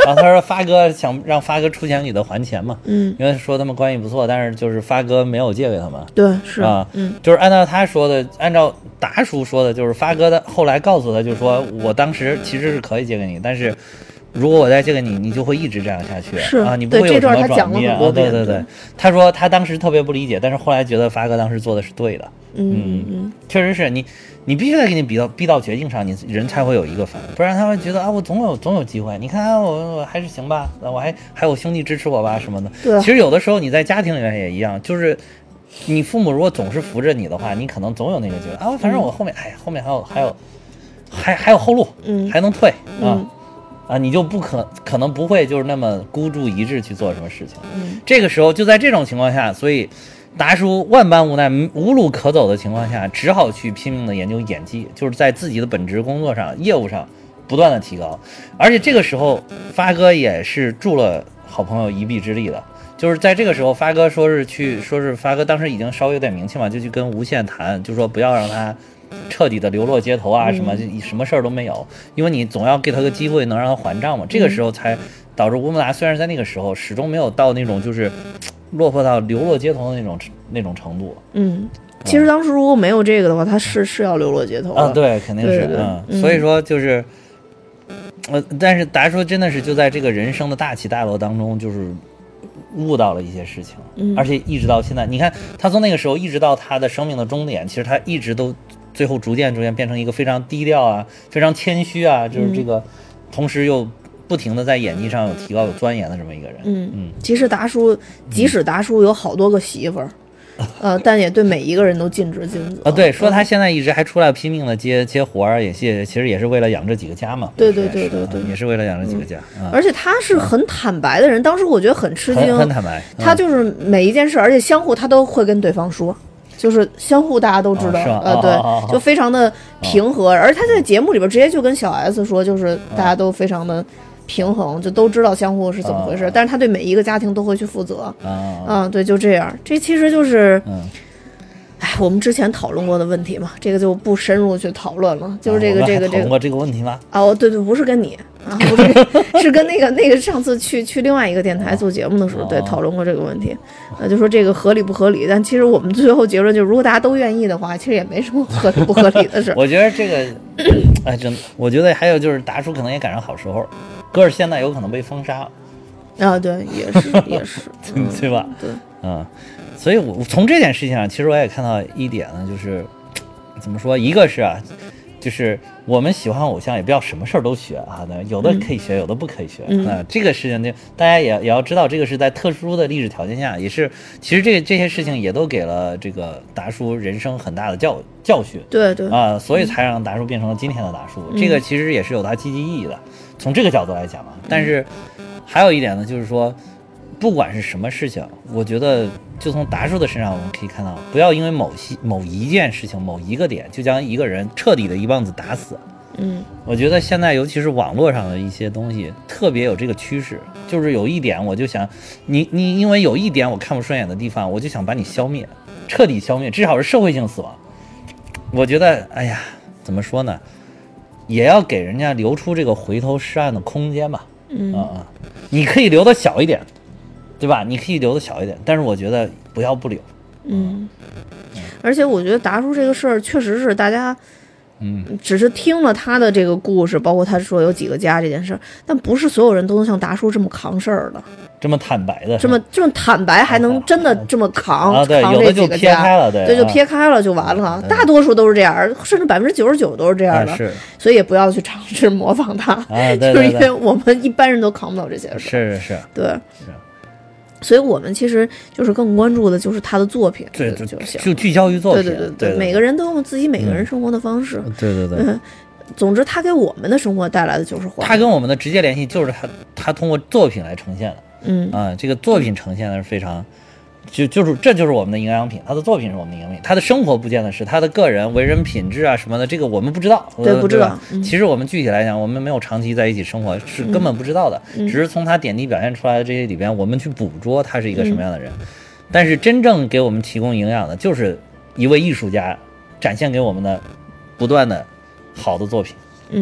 然后他说发哥想让发哥出钱给他还钱嘛，因为说他们关系不错，但是就是发哥没有借给他们。 对，是啊，就是按照他说的，按照达叔说的，就是发哥的后来告诉他，就是说我当时其实是可以借给你，但是如果我再借给你，你就会一直这样下去， 是啊，你不会有什么转变啊。 对对，他说他当时特别不理解，但是后来觉得发哥当时做的是对的。确实是你必须得给你逼到绝境上，你人才会有一个反应，不然他会觉得啊，我总有机会。你看我还是行吧，我还有兄弟支持我吧什么的。 对， 其实有的时候你在家庭里面也一样，就是你父母如果总是扶着你的话，你可能总有那个觉得啊，反正我后面后面还有后路，还能退啊，你就可能不会就是那么孤注一掷去做什么事情。这个时候就在这种情况下，所以达叔万般无奈、无路可走的情况下，只好去拼命的研究演技，就是在自己的本职工作上、业务上不断的提高。而且这个时候，发哥也是助了好朋友一臂之力的。就是在这个时候，发哥说是发哥当时已经稍微有点名气嘛，就去跟无线谈，就说不要让他彻底的流落街头啊，什么事儿都没有，因为你总要给他个机会能让他还账嘛。这个时候才导致吴孟达虽然在那个时候始终没有到那种就是落魄到流落街头的那种程度。 其实当时如果没有这个的话，他是要流落街头啊，对，肯定是。所以说就是但是达叔真的是就在这个人生的大起大落当中，就是悟到了一些事情，而且一直到现在，你看他从那个时候一直到他的生命的终点，其实他一直都最后逐渐变成一个非常低调啊，非常谦虚啊，就是这个，同时又不停的在演技上有提高、有钻研的这么一个人。 其实即使达叔有好多个媳妇儿。但也对每一个人都尽职尽责对，说他现在一直还出来拼命的接活儿，也其实也是为了养这几个家嘛。 对， 也是为了养这几个家。 而且他是很坦白的人，当时我觉得很吃惊， 很坦白。 他就是每一件事，而且相互他都会跟对方说，就是相互大家都知道，对，就非常的平和。而他在节目里边直接就跟小 S 说，就是大家都非常的平衡，就都知道相互是怎么回事，但是他对每一个家庭都会去负责。对，就这样。这其实就是，我们之前讨论过的问题嘛，这个就不深入去讨论了。就是这个讨论过这个问题吗？ 对，不是跟你不是跟那个上次去另外一个电台做节目的时候，对，讨论过这个问题。就说这个合理不合理，但其实我们最后结论就是，如果大家都愿意的话，其实也没什么合理不合理的事。 我觉得这个，真的，我觉得还有就是达叔可能也赶上好时候。歌儿现在有可能被封杀对，也是对吧？ 对， 所以我从这件事情上，其实我也看到一点呢，就是怎么说，一个是就是我们喜欢偶像也不要什么事儿都学啊，有的可以学，有的不可以学。这个事情就大家也要知道，这个是在特殊的历史条件下，也是其实这些事情也都给了这个达叔人生很大的教训。 对所以才让达叔变成了今天的达叔。这个其实也是有它积极意义的，从这个角度来讲但是还有一点呢，就是说不管是什么事情，我觉得就从达叔的身上我们可以看到，不要因为某一件事情某一个点就将一个人彻底的一棒子打死。我觉得现在尤其是网络上的一些东西特别有这个趋势，就是有一点我就想你因为有一点我看不顺眼的地方，我就想把你消灭，彻底消灭，至少是社会性死亡。我觉得怎么说呢，也要给人家留出这个回头是岸的空间吧。你可以留的小一点，对吧？你可以留的小一点，但是我觉得不要不留。 而且我觉得达叔这个事儿确实是大家只是听了他的这个故事，包括他说有几个家这件事，但不是所有人都能像达叔这么扛事儿的， 这么坦白的， 这么坦白，还能真的这么扛对， 扛有的就撇开了，对， 就撇开了就完了。大多数都是这样，甚至99%都是这样的，所以也不要去尝试模仿他，就是因为我们一般人都扛不到这些事。 是， 对。所以我们其实就是更关注的就是他的作品， 对，就聚焦于作品， 对，每个人都有自己每个人生活的方式， 对， 总之他给我们的生活带来的就是欢乐， 他跟我们的直接联系就是他通过作品来呈现的，这个作品呈现的是非常。就是这就是我们的营养品，他的作品是我们的营养品，他的生活不见得是他的个人为人品质啊什么的，这个我们不知道， 对，不知道。 其实我们具体来讲，我们没有长期在一起生活，是根本不知道的，只是从他点滴表现出来的这些里边，我们去捕捉他是一个什么样的人。但是真正给我们提供营养的，就是一位艺术家展现给我们的不断的好的作品。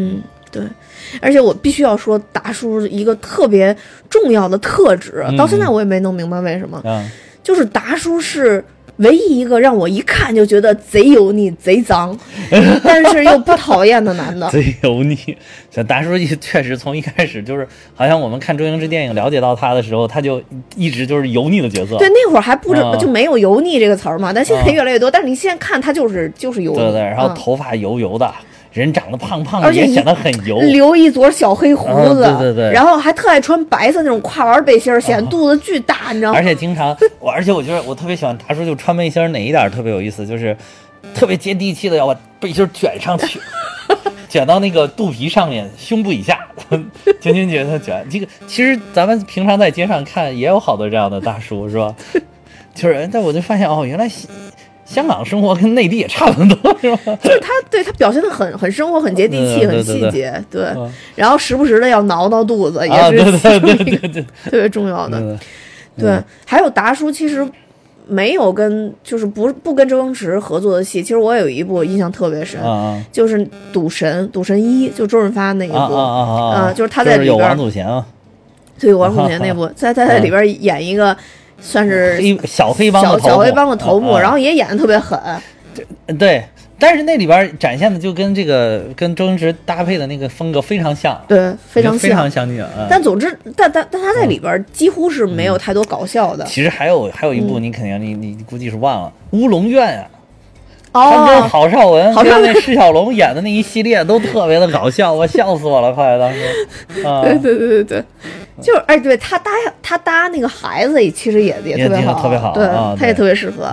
对，而且我必须要说达叔一个特别重要的特质，到现在我也没弄明白为什么，就是达叔是唯一一个让我一看就觉得贼油腻、贼脏，但是又不讨厌的男的。 贼油腻，这达叔确实从一开始就是，好像我们看周星驰电影了解到他的时候，他就一直就是油腻的角色。 对，那会儿还不知就没有油腻这个词儿嘛，但现在越来越多。但是你现在看他就是油腻， 对对，然后头发油油的。人长得胖胖的，也显得很油， 留一撮小黑胡子， 对对对， 然后还特爱穿白色那种跨栏背心，显肚子巨大，你知道吗？ 而且经常，而且我觉得我特别喜欢达叔，就穿背心哪一点特别有意思，就是特别接地气的要把背心卷上去，卷到那个肚皮上面，胸部以下，紧紧觉得卷。这个其实咱们平常在街上看也有好多这样的大叔，是吧？就是，但我就发现哦，原来香港生活跟内地也差不多，是吧？ 就是他表现的很生活，很接地气，很细节，对。然后时不时的要挠挠肚子，也是对特别重要的。对，还有达叔其实没有就是不跟周星驰合作的戏，其实我有一部印象特别深，就是《赌神一》，就周润发那一部就是他在里边有王祖贤啊， 对，王祖贤那部，他在里边演一个。算是小黑帮的头目，然后也演得特别狠。 对，但是那里边展现的就跟跟周星驰搭配的那个风格非常像， 对，非常相近。 但总之，但他在里边几乎是没有太多搞笑的。 其实还有一部，你肯定你估计是忘了，《乌龙院》啊。 他跟郝邵文跟那释小龙演的那一系列都特别的搞笑，我笑死我了，快当时。 对，就是对他搭那个孩子，其实也特别好， 特别好， 对，他也特别适合，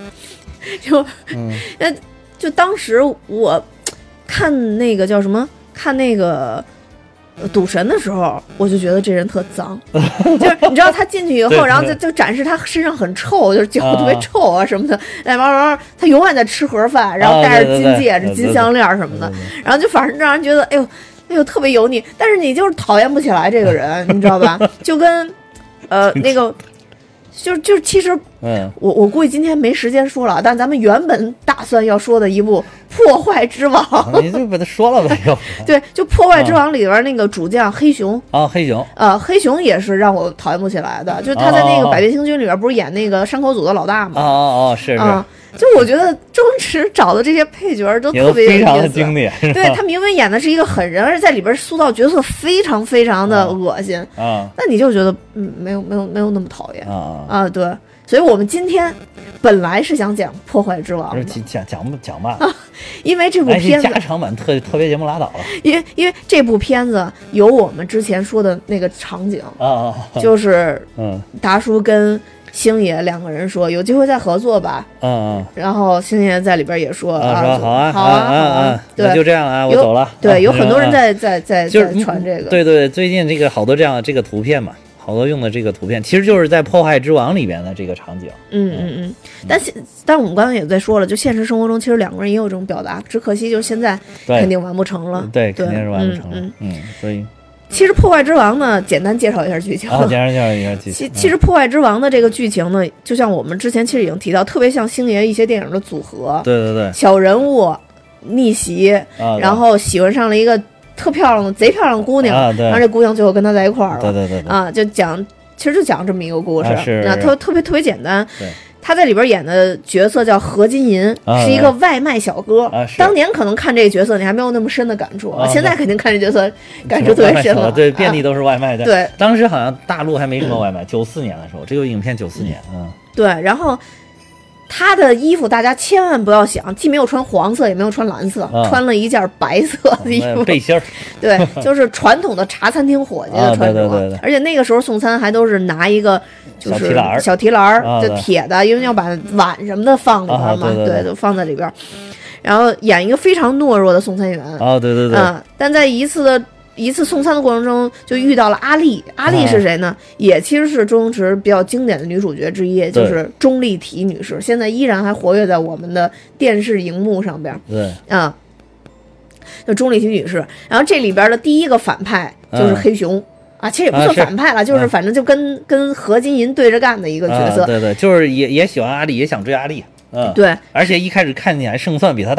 就当时我看那个叫什么，看那个。赌神的时候，我就觉得这人特脏，就是你知道他进去以后，然后就展示他身上很臭，就是脚特别臭啊什么的。慢慢他永远在吃盒饭，然后戴着金戒指、金项链什么的，然后就反正让人觉得哎呦特别油腻，但是你就是讨厌不起来这个人，你知道吧？就跟那个。就其实，我估计今天没时间说了，但咱们原本打算要说的一部《破坏之王》， 你就把它说了呗。 对，就《破坏之王》里边那个主将黑熊黑熊也是让我讨厌不起来的，就是他在那个《百变星君》里边不是演那个山口组的老大吗？ 是。 就我觉得周星驰找的这些配角都特别非常的经典， 对他明明演的是一个狠人，而且在里边塑造角色非常非常的恶心那你就觉得没有那么讨厌对，所以我们今天本来是想讲《破坏之王》 讲吧因为这部片子加长版特别节目拉倒了， 因为这部片子有我们之前说的那个场景就是达叔跟星爷两个人说有机会再合作吧，然后星爷在里边也说说好啊，对，就这样啊，我走了。 对，有很多人在传这个， 对，最近这个好多这样这个图片嘛，好多用的这个图片，其实就是在《破坏之王》里边的这个场景。 但我们刚刚也在说了，就现实生活中其实两个人也有这种表达，只可惜就是现在肯定完不成了。 对，肯定是完不成了。所以。 其实《破坏之王》呢，简单介绍一下剧情。 简单介绍一下剧情。 其实《破坏之王》的这个剧情呢，就像我们之前其实已经提到，特别像星爷一些电影的组合。 对。 小人物逆袭，然后喜欢上了一个特漂亮的、贼漂亮的姑娘，然后这姑娘最后跟他在一块儿了。 对。 就讲这么一个故事，特别简单。 对。 他在里边演的角色叫何金银，是一个外卖小哥。当年可能看这个角色你还没有那么深的感触，现在肯定看这角色感触特别深了。 对，遍地都是外卖的。 对， 当时好像大陆还没什么外卖，94年的时候，这个影片94年。 对，然后他的衣服大家千万不要想，既没有穿黄色也没有穿蓝色，穿了一件白色的衣服背心儿。 对，就是传统的茶餐厅伙计的穿着。对。而且那个时候送餐还都是拿一个就是小提篮就铁的，因为要把碗什么的放里边嘛，对，都放在里边。然后演一个非常懦弱的送餐员。 对。 但在一次送餐的过程中，就遇到了阿丽。阿丽是谁呢？也其实是周星驰比较经典的女主角之一，就是钟丽缇女士，现在依然还活跃在我们的电视荧幕上边。 对就钟丽缇女士。然后这里边的第一个反派就是黑熊。其实也不算反派了，就是反正就跟何金银对着干的一个角色。 对，就是也喜欢阿丽，也想追阿丽。 对， 而且一开始看起来胜算比他大的。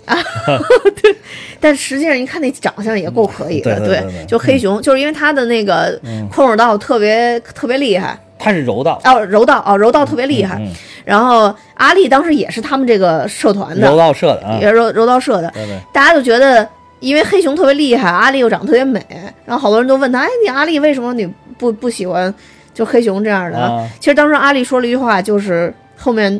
啊，对，但实际上一看那长相也够可以的， 对， 就黑熊，就是因为他的那个空手道特别厉害， 他是柔道柔道特别厉害。然后阿丽当时也是他们这个社团的柔道社的， 也是柔道社的，大家就觉得。因为黑熊特别厉害，阿丽又长得特别美，然后好多人都问他，哎，你阿丽为什么你不喜欢就黑熊这样的？其实当时阿丽说了一句话，就是后面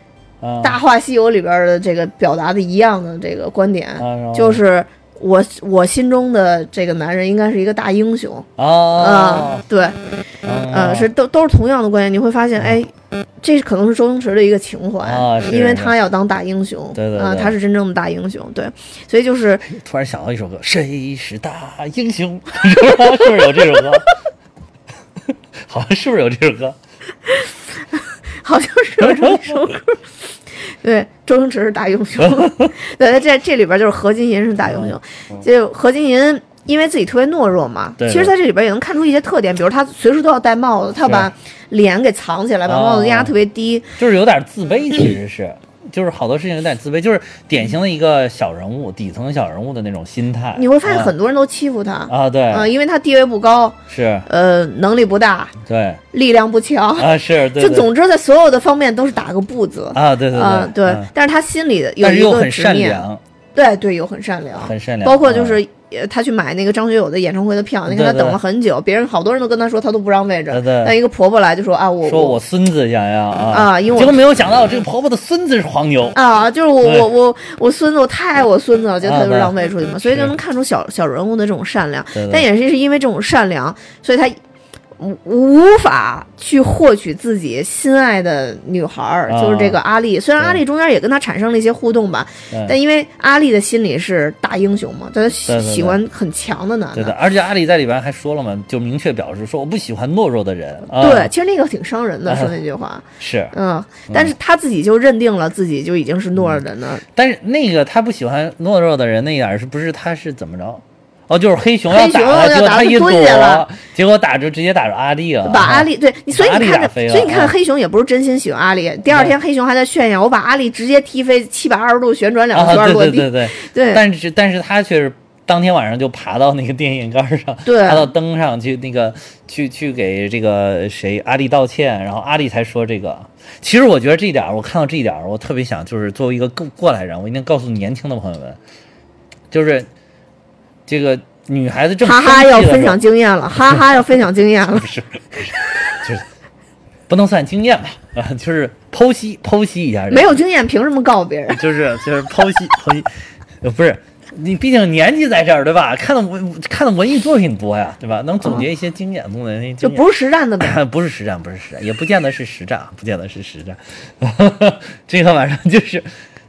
《大话西游》里边的这个表达的一样的这个观点，就是我心中的这个男人应该是一个大英雄对，是都是同样的观点，你会发现，哎。这可能是周星驰的一个情怀因为他要当大英雄， 对他是真正的大英雄，对，所以就是突然想到一首歌，谁是大英雄？是不是有这首歌？好像是不是有这首歌？ 好像是有这首歌。对，周星驰是大英雄。对，这里边就是何金银是大英雄，就何金银。因为自己特别懦弱嘛，其实在这里边也能看出一些特点，比如他随时都要戴帽子，他要把脸给藏起来，把帽子压特别低， 就是有点自卑，其实是。就是好多事情有点自卑，就是典型的一个小人物，底层小人物的那种心态。 你会发现很多人都欺负他对因为他地位不高， 是能力不大， 对， 力量不强是，对， 就总之在所有的方面都是打个不字对， 但是他心里有一个又很善良， 对，又很善良， 包括就是他去买那个张学友的演唱会的票，你看他等了很久，别人好多人都跟他说他都不让位置，但一个婆婆来就说我孙子想要因为结果没有想到这个婆婆的孙子是黄牛就是我孙子，我太爱我孙子了，结果他就让位出去嘛，所以就能看出小人物的这种善良，但也是因为这种善良，所以他无法去获取自己心爱的女孩，就是这个阿丽。虽然阿丽中间也跟他产生了一些互动吧，但因为阿丽的心里是大英雄嘛，他喜欢很强的男的。 对，而且阿丽在里边还说了嘛，就明确表示说我不喜欢懦弱的人。 对，其实那个挺伤人的，说那句话是， 但是他自己就认定了自己就已经是懦弱人了。 但是那个他不喜欢懦弱的人那点是不是他是怎么着？就是黑熊要打，结果他一躲，结果直接打着阿丽了， 把阿丽对你，所以你看黑熊也不是真心喜欢阿丽。第二天黑熊还在炫耀，我把阿丽直接踢飞720度旋转2个圈落地。 对，但是他却是当天晚上就爬到那个电线杆上，爬到灯上去那个去给这个阿丽道歉，然后阿丽才说这个。其实我觉得这一点，我看到这一点，我特别想就是作为一个过来人，我一定告诉年轻的朋友们，就是这个女孩子正哈哈要分享经验了，哈哈要分享经验了， 不是，就是不能算经验吧，就是剖析一下。 没有经验凭什么告诉别人？ 就是剖析，不是你毕竟年纪在这儿对吧？看的文艺作品多呀，对吧？能总结一些经验， 就不是实战的呗？ 不是实战，也不见得是实战，这个晚上就是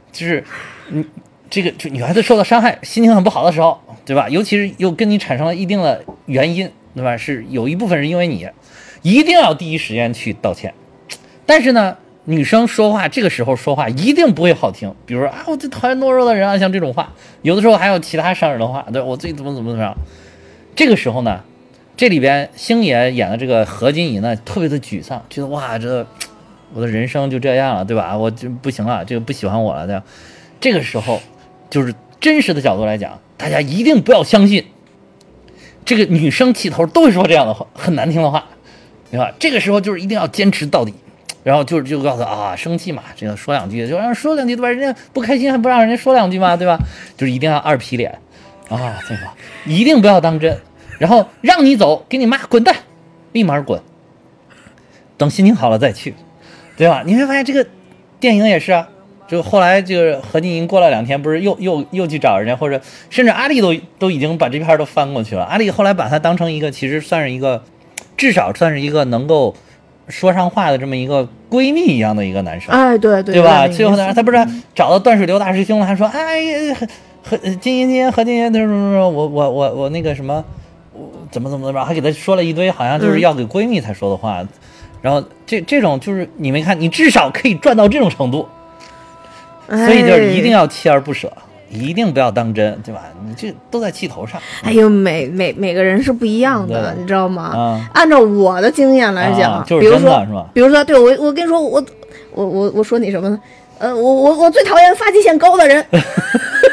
这个就女孩子受到伤害，心情很不好的时候，对吧？尤其是又跟你产生了一定的原因，对吧？是有一部分是因为你，一定要第一时间去道歉。但是呢，女生说话这个时候说话一定不会好听，比如说我最讨厌懦弱的人像这种话，有的时候还有其他伤人的话，对我最怎么样。这个时候呢，这里边星爷演的这个何金怡呢，特别的沮丧，觉得哇，我的人生就这样了，对吧？我就不行了，这个不喜欢我了，对吧？这个时候。就是真实的角度来讲，大家一定不要相信，这个女生气头都会说这样的话，很难听的话，对吧？这个时候就是一定要坚持到底，然后就告诉生气嘛，这个说两句，就让人说两句对吧？人家不开心还不让人家说两句嘛，对吧？就是一定要二皮脸这个一定不要当真，然后让你走，给你骂滚蛋，立马滚，等心情好了再去，对吧？你会发现这个电影也是啊。就后来就是何金银过了2天，不是又去找人家，或者甚至阿丽都已经把这片都翻过去了。阿丽后来把他当成一个，其实算是一个，至少算是一个能够说上话的这么一个闺蜜一样的一个男生。 对吧？最后他不是找到断水流大师兄了，还说何金银，他说我那个什么，怎么着，还给他说了一堆好像就是要给闺蜜才说的话。然后这种就是你没看，你至少可以赚到这种程度。所以就是一定要锲而不舍，一定不要当真，对吧？你这都在气头上。 每个人是不一样的，你知道吗？按照我的经验来讲， 就是真的是吧？ 比如说，对我跟你说，我说你什么呢？我最讨厌发际线高的人。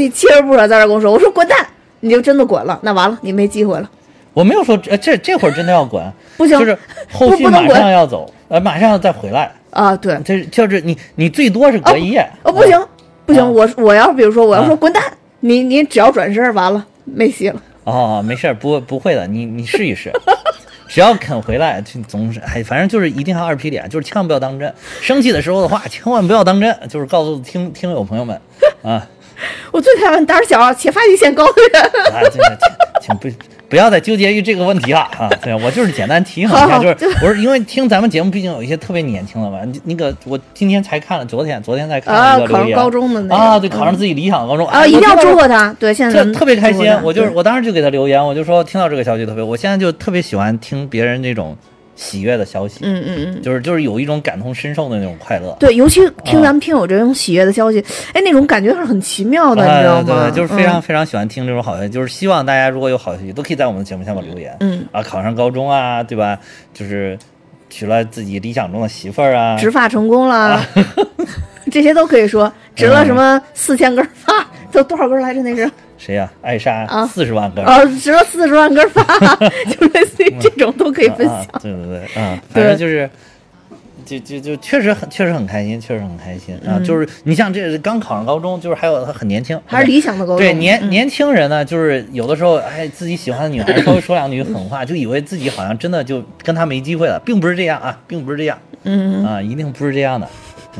你锲而不舍在这跟我说，我说滚蛋，你就真的滚了，那完了，你没机会了。 我没有说这会儿真的要滚， 不行， 就是后续马上要走，马上要再回来啊。对， 这就是你最多是隔一夜。 不行不行，我要比如说我要说滚蛋，你只要转身完了没戏了。 哦，没事，不会的，你试一试。只要肯回来，总是反正就是一定要2皮脸，就是千万不要当真。生气的时候的话，千万不要当真，就是告诉听友朋友们啊。 我最讨厌胆小且发际线高的人。 啊，请不要再纠结于这个问题了啊！对，我就是简单提醒一下，就是我是因为听咱们节目，毕竟有一些特别年轻的嘛。那个我今天才看了，昨天才看了一个留言， 考上高中的那个啊，对，考上自己理想的高中啊，一定要祝贺他。对，现在特别开心。我当时就给他留言，我就说听到这个消息特别，我现在就特别喜欢听别人这种喜悦的消息，就是有一种感同身受的那种快乐。 对，尤其听咱们听友这种喜悦的消息，那种感觉是很奇妙的，你知道吗？ 对，就是非常非常喜欢听这种好消息，就是希望大家如果有好消息，都可以在我们的节目下面留言。考上高中啊，对吧？就是娶了自己理想中的媳妇儿啊， 植发成功了，这些都可以说。植了什么4000根发，都多少根来着？那是。 谁呀？艾莎40万根植了40万根发，就类似于这种都可以分享。 对，反正就是就确实很开心，啊！就是你像这刚考上高中，就是还有他很年轻， 还是理想的高中。 对年轻人呢，就是有的时候自己喜欢的女孩稍微说2句狠话，就以为自己好像真的就跟他没机会了，并不是这样啊，并不是这样，一定不是这样的，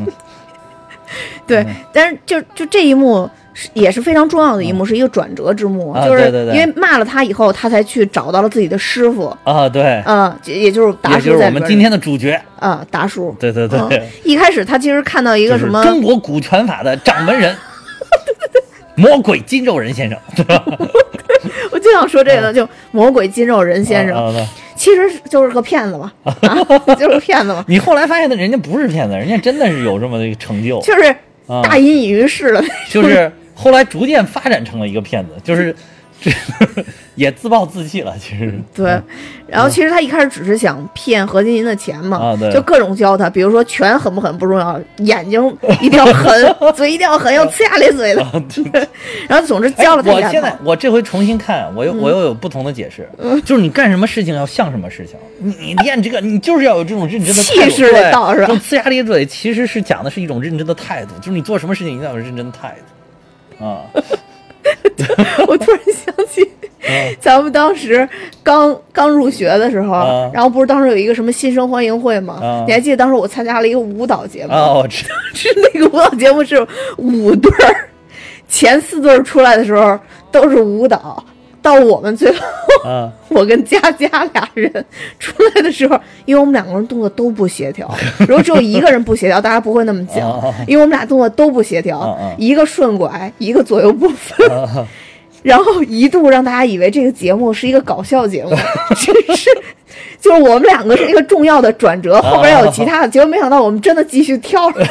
对，但是就这一幕也是非常重要的一幕，是一个转折之幕，就是因为骂了他以后，他才去找到了自己的师傅啊，对， 也就是达叔， 也就是我们今天的主角啊，达叔， 对， 一开始他其实看到一个什么中国古拳法的掌门人，魔鬼筋肉人先生，对吧？ 我就想说这个，就魔鬼筋肉人先生，其实就是个骗子嘛，就是个骗子嘛。 你后来发现的人家不是骗子，人家真的是有这么一个成就， 就是大隐隐于市的， 就是后来逐渐发展成了一个骗子，就是也自暴自弃了。其实对，然后其实他一开始只是想骗何金银的钱嘛， 对， 就各种教他，比如说拳狠不狠不重要，眼睛一定要狠，嘴一定要狠，要呲牙咧嘴的。对，然后总之教了他。 我这回重新看，我又有不同的解释，就是你干什么事情要像什么事情，你练这个，你就是要有这种认真的态度， 气势得到是吧？ 这种呲牙咧嘴其实是讲的是一种认真的态度，就是你做什么事情一定要有认真的态度啊。 我突然想起，咱们当时刚入学的时候，然后不是当时有一个什么新生欢迎会吗？你还记得当时我参加了一个舞蹈节目？ 我知道， 是那个舞蹈节目是5对儿，前4对出来的时候都是舞蹈。到我们最后，我跟佳俩人出来的时候，因为我们2个人动作都不协调，如果只有一个人不协调，大家不会那么讲，因为我们俩动作都不协调，一个顺拐，一个左右不分，然后一度让大家以为这个节目是一个搞笑节目，就是我们2个是一个重要的转折，后边有其他的，结果没想到我们真的继续跳了。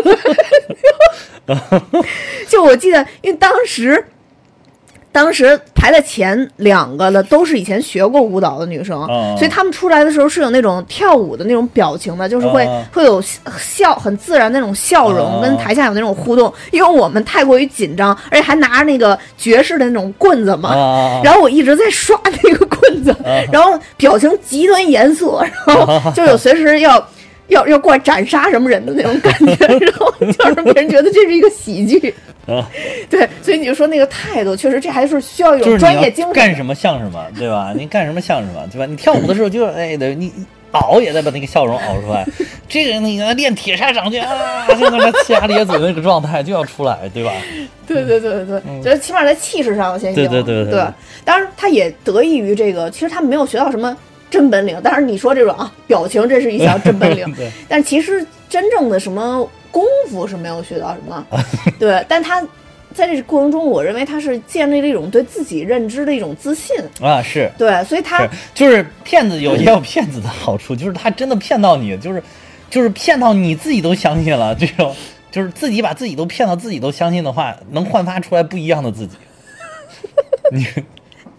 就我记得，因为当时排在前2个的都是以前学过舞蹈的女生，所以她们出来的时候是有那种跳舞的那种表情的，就是会有很自然的那种笑容，跟台下有那种互动。因为我们太过于紧张，而且还拿着那个爵士的那种棍子嘛，然后我一直在刷那个棍子，然后表情极端严肃，然后就有随时要过来斩杀什么人的那种感觉，然后就让别人觉得这是一个喜剧。对，所以你就说那个态度，确实这还是需要有专业精神。 干什么像什么，对吧？你干什么像什么，对吧？你跳舞的时候就你熬也得把那个笑容熬出来。这个你练铁砂掌去啊，就那个呲牙咧嘴那个状态就要出来，对吧？ 对，就是起码在气势上先行。对，当然他也得益于这个，其实他没有学到什么真本领，但是你说这种表情，这是一项真本领。但其实真正的什么功夫是没有学到什么，对，但他在这过程中，我认为他是建立了一种对自己认知的一种自信啊，是对，所以他就是骗子也有骗子的好处，就是他真的骗到你，就是骗到你自己都相信了，这种就是自己把自己都骗到自己都相信的话，能焕发出来不一样的自己。你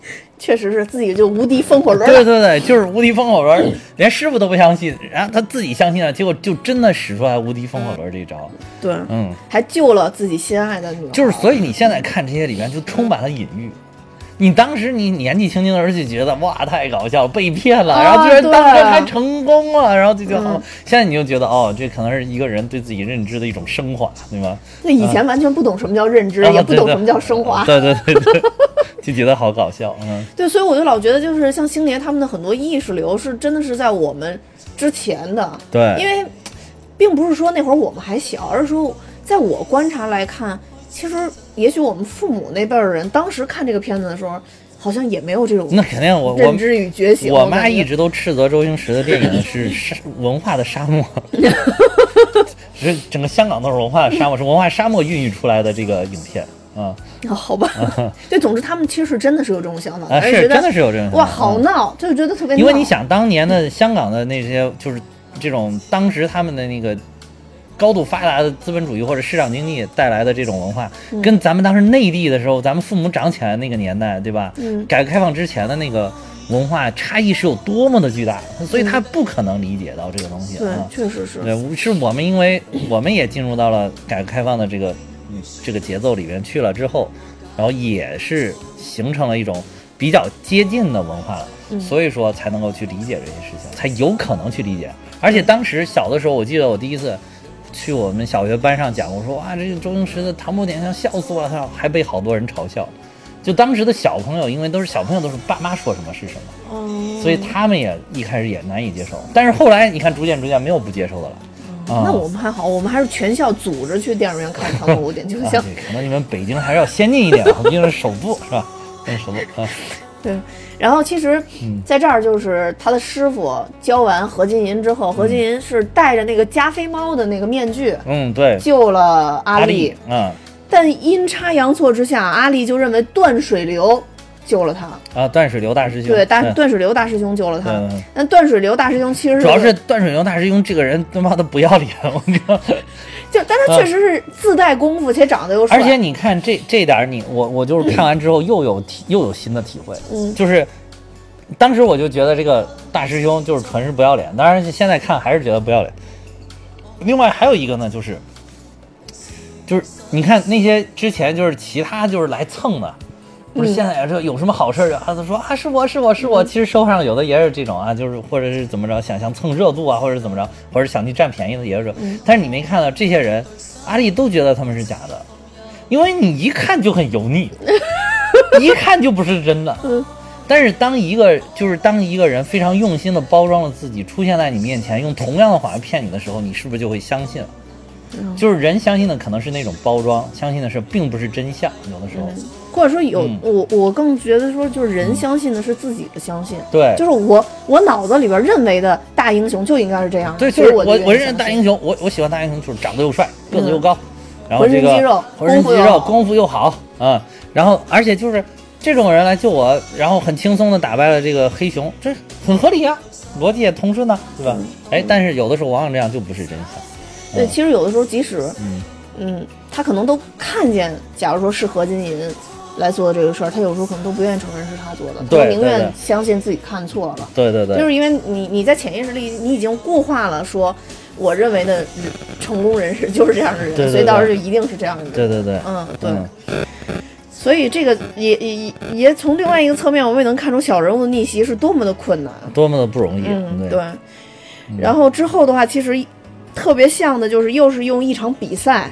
确实是自己就无敌风火轮。 对对对，就是无敌风火轮，连师傅都不相信，然后他自己相信了，结果就真的使出来无敌风火轮这一招。 对，还救了自己心爱的女儿。 就是，所以你现在看这些里面就充满了隐喻。你当时你年纪轻轻的时候就觉得哇太搞笑，被骗了，然后居然当时还成功了，然后就觉得现在你就觉得这可能是一个人对自己认知的一种升华，对吗？ 那以前完全不懂什么叫认知，也不懂什么叫升华。 对对对对，就觉得好搞笑。 对，所以我就老觉得就是像星爷他们的很多意识流是真的是在我们之前的。 对， 因为并不是说那会儿我们还小，而是说在我观察来看，其实也许我们父母那辈的人当时看这个片子的时候，好像也没有这种那肯定我认知与觉醒。 我妈一直都斥责周星驰的电影是文化的沙漠，是整个香港都是文化的沙漠，是文化沙漠孕育出来的这个影片啊。 好吧，对，总之他们其实真的是有这种想法， 是真的是有这种想法。 哇，好闹，就觉得特别闹。 因为你想当年的香港的那些就是这种当时他们的那个高度发达的资本主义或者市场经济带来的这种文化，跟咱们当时内地的时候，咱们父母长起来那个年代，对吧？改革开放之前的那个文化差异是有多么的巨大，所以他不可能理解到这个东西。 对，确实是。 对，是我们因为我们也进入到了改革开放的这个节奏里面去了之后，然后也是形成了一种比较接近的文化了，所以说才能够去理解这些事情，才有可能去理解。而且当时小的时候，我记得我第一次去我们小学班上讲，我说哇，这个周星驰的《唐伯点香》笑死我了，他还被好多人嘲笑。就当时的小朋友，因为都是小朋友，都是爸妈说什么是什么，所以他们也一开始也难以接受。但是后来你看，逐渐没有不接受的了。 那我们还好，我们还是全校组织去电影院看《唐伯虎点秋香》。 可能你们北京还是要先进一点，毕竟是首部，是吧？首部啊。 对，然后其实在这儿就是他的师傅教完何金银之后，何金银是戴着那个加菲猫的那个面具， 对， 救了阿丽，但阴差阳错之下，阿丽就认为断水流救了他断水流大师兄， 对，断水流大师兄救了他。但断水流大师兄其实主要是断水流大师兄这个人他妈的不要脸，我知道。 但他确实是自带功夫，且长得又帅。 而且你看这点，我就是看完之后又有新的体会，就是当时我就觉得这个大师兄就是纯是不要脸，当然现在看还是觉得不要脸。另外还有一个呢，就是你看那些之前就是其他就是来蹭的。不是现在有什么好事啊？他说是我，其实手上有的也是这种啊，就是或者是怎么着想蹭热度啊，或者是怎么着，或者想去占便宜的也是。但是你没看到这些人，阿丽都觉得他们是假的，因为你一看就很油腻，一看就不是真的。但是当一个人非常用心的包装了自己，出现在你面前，用同样的话骗你的时候，你是不是就会相信了？就是人相信的可能是那种包装，相信的是并不是真相，有的时候。 或者说我更觉得说，就是人相信的是自己的相信， 对， 就是我脑子里边认为的大英雄就应该是这样， 对，就是我认为大英雄，我喜欢大英雄，就是长得又帅，个子又高，然后这个浑身肌肉，功夫又好啊，然后而且就是这种人来救我，然后很轻松的打败了这个黑熊，这很合理啊，逻辑也通顺呢，对吧？但是有的时候往往这样就不是真相。 对，其实有的时候即使他可能都看见，假如说是何金银来做的这个事儿，他有时候可能都不愿意承认是他做的，他宁愿相信自己看错了。 对， 就是因为你在潜意识里你已经固化了，说我认为的成功人士就是这样的人，所以到时候就一定是这样的人。 对， 对。所以这个也从另外一个侧面，我们也能看出小人物的逆袭是多么的困难， 多么的不容易。 对。然后之后的话，其实特别像的就是又是用一场比赛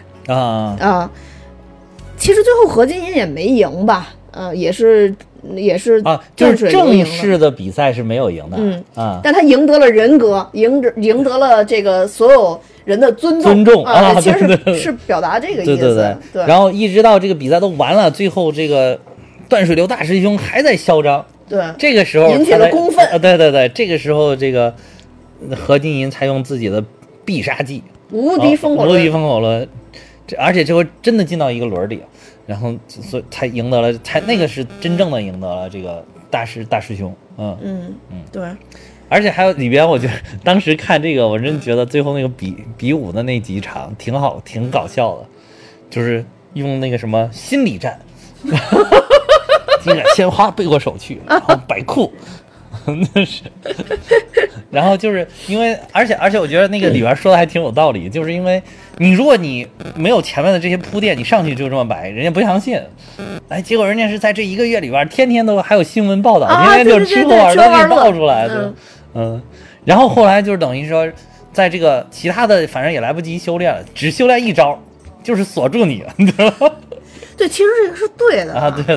其实最后何金银也没赢吧，也是就是正式的比赛是没有赢的， 但他赢得了人格，赢得了这个所有人的尊重其实是表达这个意思。 对。然后一直到这个比赛都完了，最后这个断水流大师兄还在嚣张， 对， 这个时候引起了公愤， 对，这个时候这个何金银才用自己的必杀技无敌风火轮，而且这回真的进到一个轮里，然后所以才赢得了，那个是真正的赢得了这个大师兄。 对。 而且还有里边，我觉得当时看这个，我真觉得最后那个比武的那几场挺好，挺搞笑的，就是用那个什么心理战。 这个鲜花背过手去，然后摆酷。那是，然后就是因为，而且我觉得那个里边说的还挺有道理，就是因为如果你没有前面的这些铺垫，你上去就这么摆，人家不相信。哎，结果人家是在这1个月里边，天天都还有新闻报道，天天就吃喝玩乐给爆出来的。然后后来就是等于说，在这个其他的反正也来不及修炼了，只修炼一招，就是锁住你，你知道吗？ 对，其实这个是对的啊，对，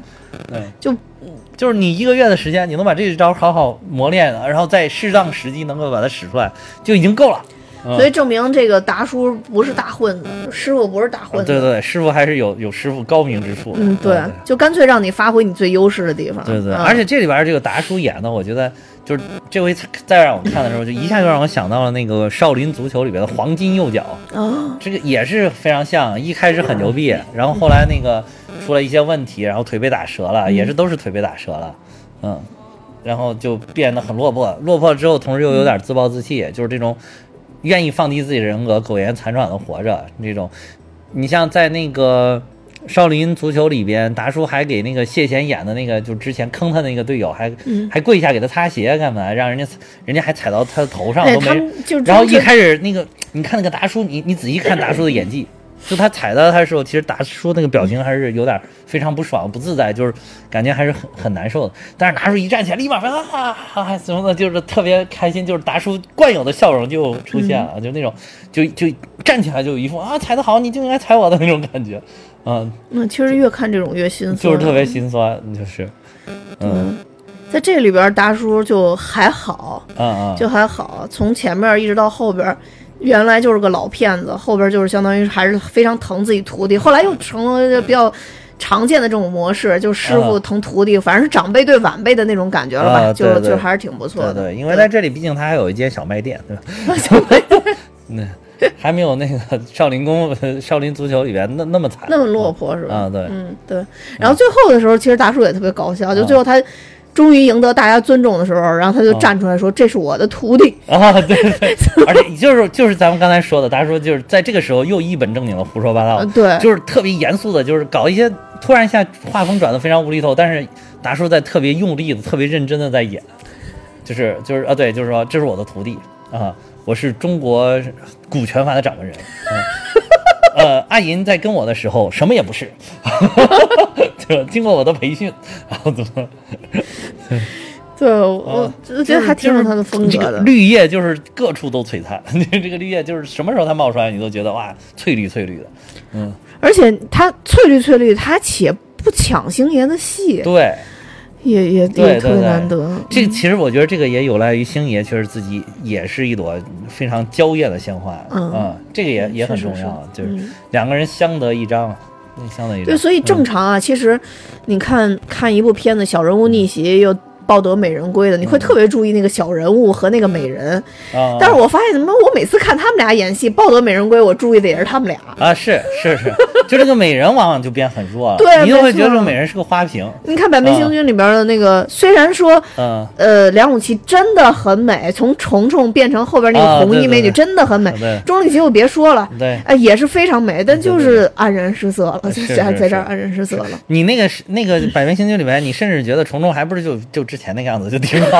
就是你1个月的时间，你能把这一招好好磨练，然后在适当时机能够把它使出来，就已经够了。 所以证明这个达叔不是大混子，师傅不是大混子。 对，师傅还是有师傅高明之处。 对，就干脆让你发挥你最优势的地方。 对，而且这里边这个达叔演的，我觉得就是这回再让我看的时候，就一下就让我想到了那个《少林足球》里边的黄金右脚。这个也是非常像，一开始很牛逼，然后后来那个出了一些问题，然后腿被打折了，也是都是腿被打折了，然后就变得很落魄之后，同时又有点自暴自弃，就是这种愿意放低自己的人格，苟延残喘的活着这种。你像在那个少林足球里边，达叔还给那个谢贤演的那个，就之前坑他那个队友还跪下给他擦鞋干嘛，让人家还踩到他的头上都没。然后一开始那个你看那个达叔，你仔细看达叔的演技，就他踩到他的时候，其实达叔那个表情还是有点非常不爽不自在，就是感觉还是很难受的。但是达叔一站起来，立马什么的，就是特别开心，就是达叔惯有的笑容就出现了，就那种就站起来就有一副踩得好，你就应该踩我的那种感觉。 其实越看这种越心酸， 就是特别心酸，就是在这里边达叔就还好，就还好，从前面一直到后边。原来就是个老骗子，后边就是相当于还是非常疼自己徒弟，后来又成了比较常见的这种模式，就师傅疼徒弟，反正是长辈对晚辈的那种感觉了吧，就还是挺不错的。 对，因为在这里毕竟他还有一间小卖店，对吧？小卖店，还没有那个少林足球里边那么惨， 那么落魄是吧？ 对， 对。然后最后的时候，其实达叔也特别搞笑，就最后他终于赢得大家尊重的时候，然后他就站出来说：“这是我的徒弟。” 对，而且就是咱们刚才说的，达叔就是在这个时候又一本正经的胡说八道， 对， 就是特别严肃的，就是搞一些突然一下画风转得非常无厘头，但是达叔在特别用力的、特别认真的在演，就是对，就是说这是我的徒弟我是中国股权法的掌门人。阿银在跟我的时候什么也不是，就经过我的培训，然后怎么？ 对，我觉得还挺有他的风格的。 这个绿叶就是各处都璀璨，这个绿叶就是什么时候它冒出来，你都觉得哇，翠绿翠绿的。 而且它翠绿翠绿，它且不抢星爷的戏。 对。 也特别难得。 这其实我觉得这个也有赖于星爷，确实自己也是一朵非常娇艳的鲜花。这个也很重要，就是两个人相得益彰， 对，所以正常其实你看一部片子，小人物逆袭又抱得美人归的，你会特别注意那个小人物和那个美人。但是我发现我每次看他们俩演戏，抱得美人归，我注意的也是他们俩。 是，就这个美人往往就变很弱了。 对， 你就会觉得这个美人是个花瓶。 你看《百媚星君》里边的那个，虽然说梁咏琪真的很美，从虫虫变成后边那个红衣美女真的很美。钟丽缇我别说了， 对， 也是非常美，但就是黯然失色了，在这儿黯然失色了。 你那个《百媚星君》里面，你甚至觉得虫虫还不是就之前那个样子就挺好。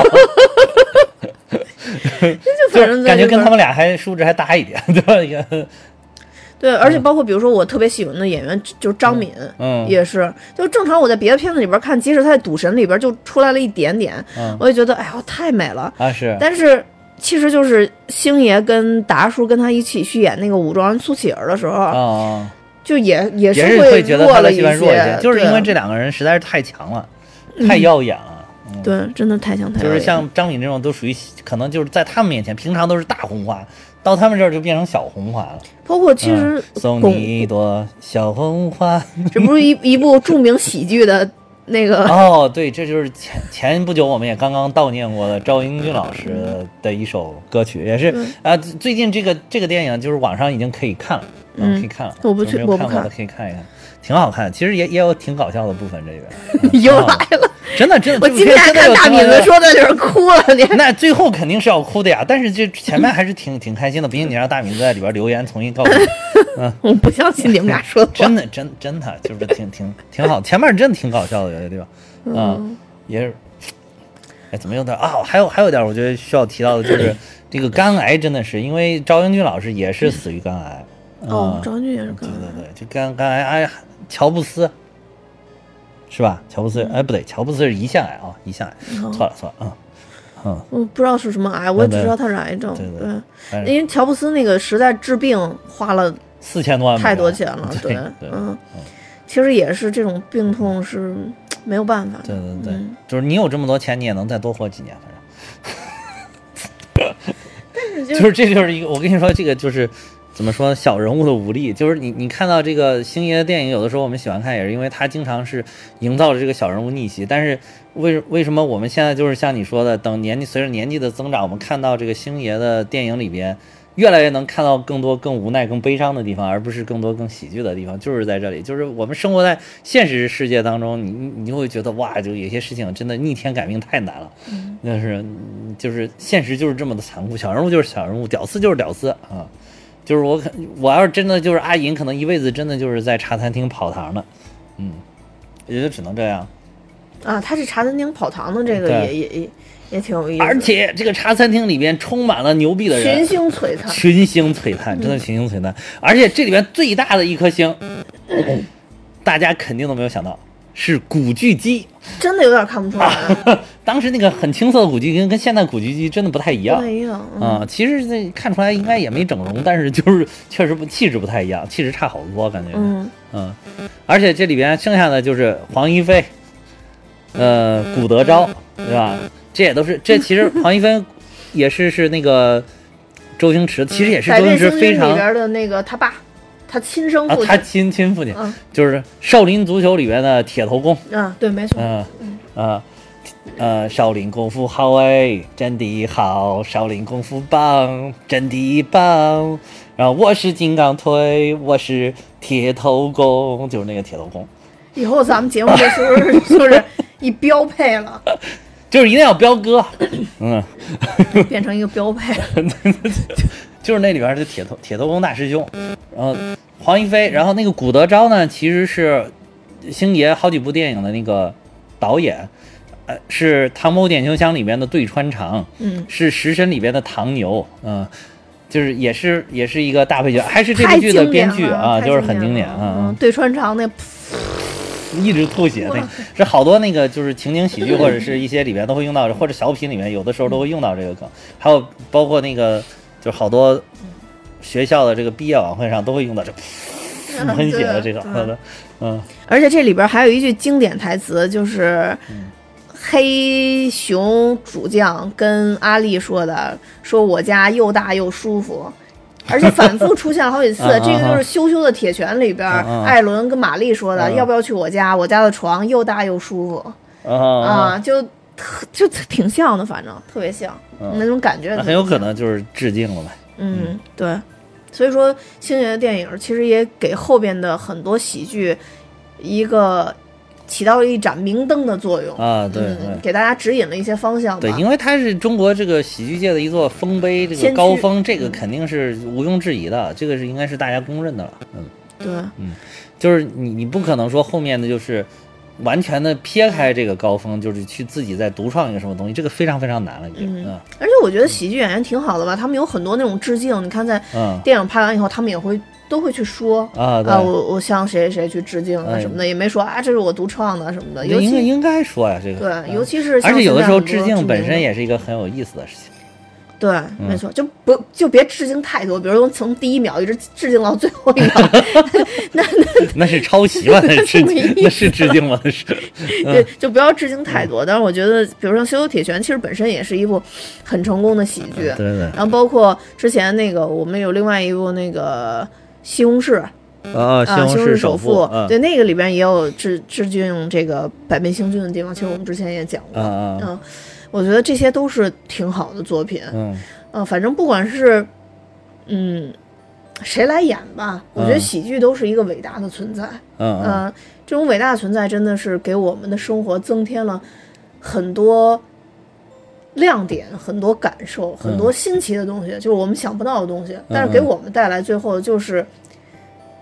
就感觉跟他们俩还素质还大一点，对吧？ 对，而且包括比如说我特别喜欢的演员就是张敏，也是，就正常我在别的片子里边看，即使他在《赌神》里边就出来了一点点，我也觉得哎呦太美了是。 但是其实就是星爷跟达叔跟他一起去演那个武状元苏乞儿的时候，就也是会觉得他的戏份弱一些， 就是因为这两个人实在是太强了，太耀眼了。 对，真的太强太就是像张敏这种都属于可能就是在他们面前平常都是大红花，到他们这儿就变成小红花了。 包括其实送你一朵小红花， 这不是一部著名喜剧的那个对，这就是前不久我们也刚刚悼念过的赵英俊老师的一首歌曲，也是最近这个电影就是网上已经可以看了，可以看了。 我不看过的可以看一看，挺好看，其实也有挺搞笑的部分，这个又来了。 真的， 我今天看大敏子说在这儿哭了，你那最后肯定是要哭的呀，但是这前面还是挺开心的，毕竟你让大敏子在里边留言，重新告诉你我不相信你们俩说的话。 真的就是挺好，前面真的挺搞笑的有些地方，也是。哎，怎么有点啊？还有点，我觉得需要提到的就是这个肝癌，真的是因为赵英俊老师也是死于肝癌。 赵英俊也是肝癌。 对，就肝癌。哎，乔布斯是吧？乔布斯，哎，不对，乔布斯是胰腺癌啊，胰腺癌，错了， 我不知道是什么癌，我也只知道他是癌症。对，因为乔布斯那个实在治病花了 4000多万， 太多钱了。对，其实也是这种病痛是没有办法的。 对，就是你有这么多钱，你也能再多活几年，反正。但是就是这就是一个，我跟你说，这个就是怎么说，小人物的无力。就是你看到这个星爷的电影，有的时候我们喜欢看，也是因为他经常是营造了这个小人物逆袭。但是为什么我们现在就是像你说的，等随着年纪的增长，我们看到这个星爷的电影里边，越来越能看到更多更无奈、更悲伤的地方，而不是更多更喜剧的地方，就是在这里。就是我们生活在现实世界当中，你会觉得哇，就有些事情真的逆天改命太难了。就是现实就是这么的残酷，小人物就是小人物，屌丝就是屌丝啊。就是我要是真的就是阿银，可能一辈子真的就是在茶餐厅跑堂的，也就只能这样。 他是茶餐厅跑堂的，这个也挺有意思。 而且这个茶餐厅里边充满了牛逼的人， 群星璀璨， 真的群星璀璨。而且这里边最大的一颗星，大家肯定都没有想到是古巨基， 真的有点看不出来。 当时那个很青涩的古巨基跟现在古巨基真的不太一样。其实这看出来应该也没整容，但是就是确实气质不太一样，气质差好多感觉。而且这里边剩下的就是黄一飞。古德昭，对吧？这其实黄一飞也是那个周星驰，其实也是周星驰非常里边的那个他爸，他亲生父亲， 他亲父亲，就是少林足球里边的铁头功。 对，没错。 少林功夫好哎，真的好，少林功夫棒，真的棒。然后我是金刚腿，我是铁头功，就是那个铁头功。 以后咱们节目这是不是就是一标配了？ 就是一定要标歌， 变成一个标配。 就是那里边的铁头功大师兄，然后黄一飞，然后那个古德昭呢，其实是星爷好几部电影的那个导演，是《唐某点秋香》里边的对穿肠，是《食神》里边的唐牛，就是也是一个大配角，还是这部剧的编剧啊，就是很经典啊。 对穿肠那。 一直吐血，那是好多那个就是情景喜剧或者是一些里面都会用到，或者小品里面有的时候都会用到这个梗，还有包括那个就是好多学校的这个毕业晚会上都会用到这喷血的这个， 而且这里边还有一句经典台词，就是黑熊主将跟阿丽说的，说我家又大又舒服。而且反复出现了好几次，这个就是《羞羞的铁拳》里边，艾伦跟玛丽说的，要不要去我家？我家的床又大又舒服，就挺像的，反正特别像，那种感觉。 很有可能就是致敬了呗。 对，所以说星爷的电影其实也给后边的很多喜剧起到了一盏明灯的作用对， 给大家指引了一些方向吧。 对，因为它是中国这个喜剧界的一座丰碑，这个高峰，这个肯定是毋庸置疑的，这个是应该是大家公认的了。 对， 就是你不可能说后面的就是完全的撇开这个高峰，就是去自己再独创一个什么东西，这个非常非常难了，已经。 而且我觉得喜剧演员挺好的吧，他们有很多那种致敬，你看在电影拍完以后，他们都会去说我向谁谁去致敬啊什么的，也没说这是我独创的什么的。 应该说呀，这个对，尤其是而且有的时候致敬本身也是一个很有意思的事情。 对，没错，就别致敬太多，比如说从第一秒一直致敬到最后一秒， 那是抄袭吧？那是致敬吗？那是对，就不要致敬太多。但是我觉得，比如说《羞羞铁拳》，其实本身也是一部很成功的喜剧。 对。 然后包括之前那个，我们有另外一部那个。西红柿西红柿首富， 对，那个里边也有致敬这个百变星君的地方，其实我们之前也讲过。我觉得这些都是挺好的作品。反正不管是谁来演吧，我觉得喜剧都是一个伟大的存在。这种伟大的存在真的是给我们的生活增添了很多亮点，很多感受，很多新奇的东西，就是我们想不到的东西，但是给我们带来最后就是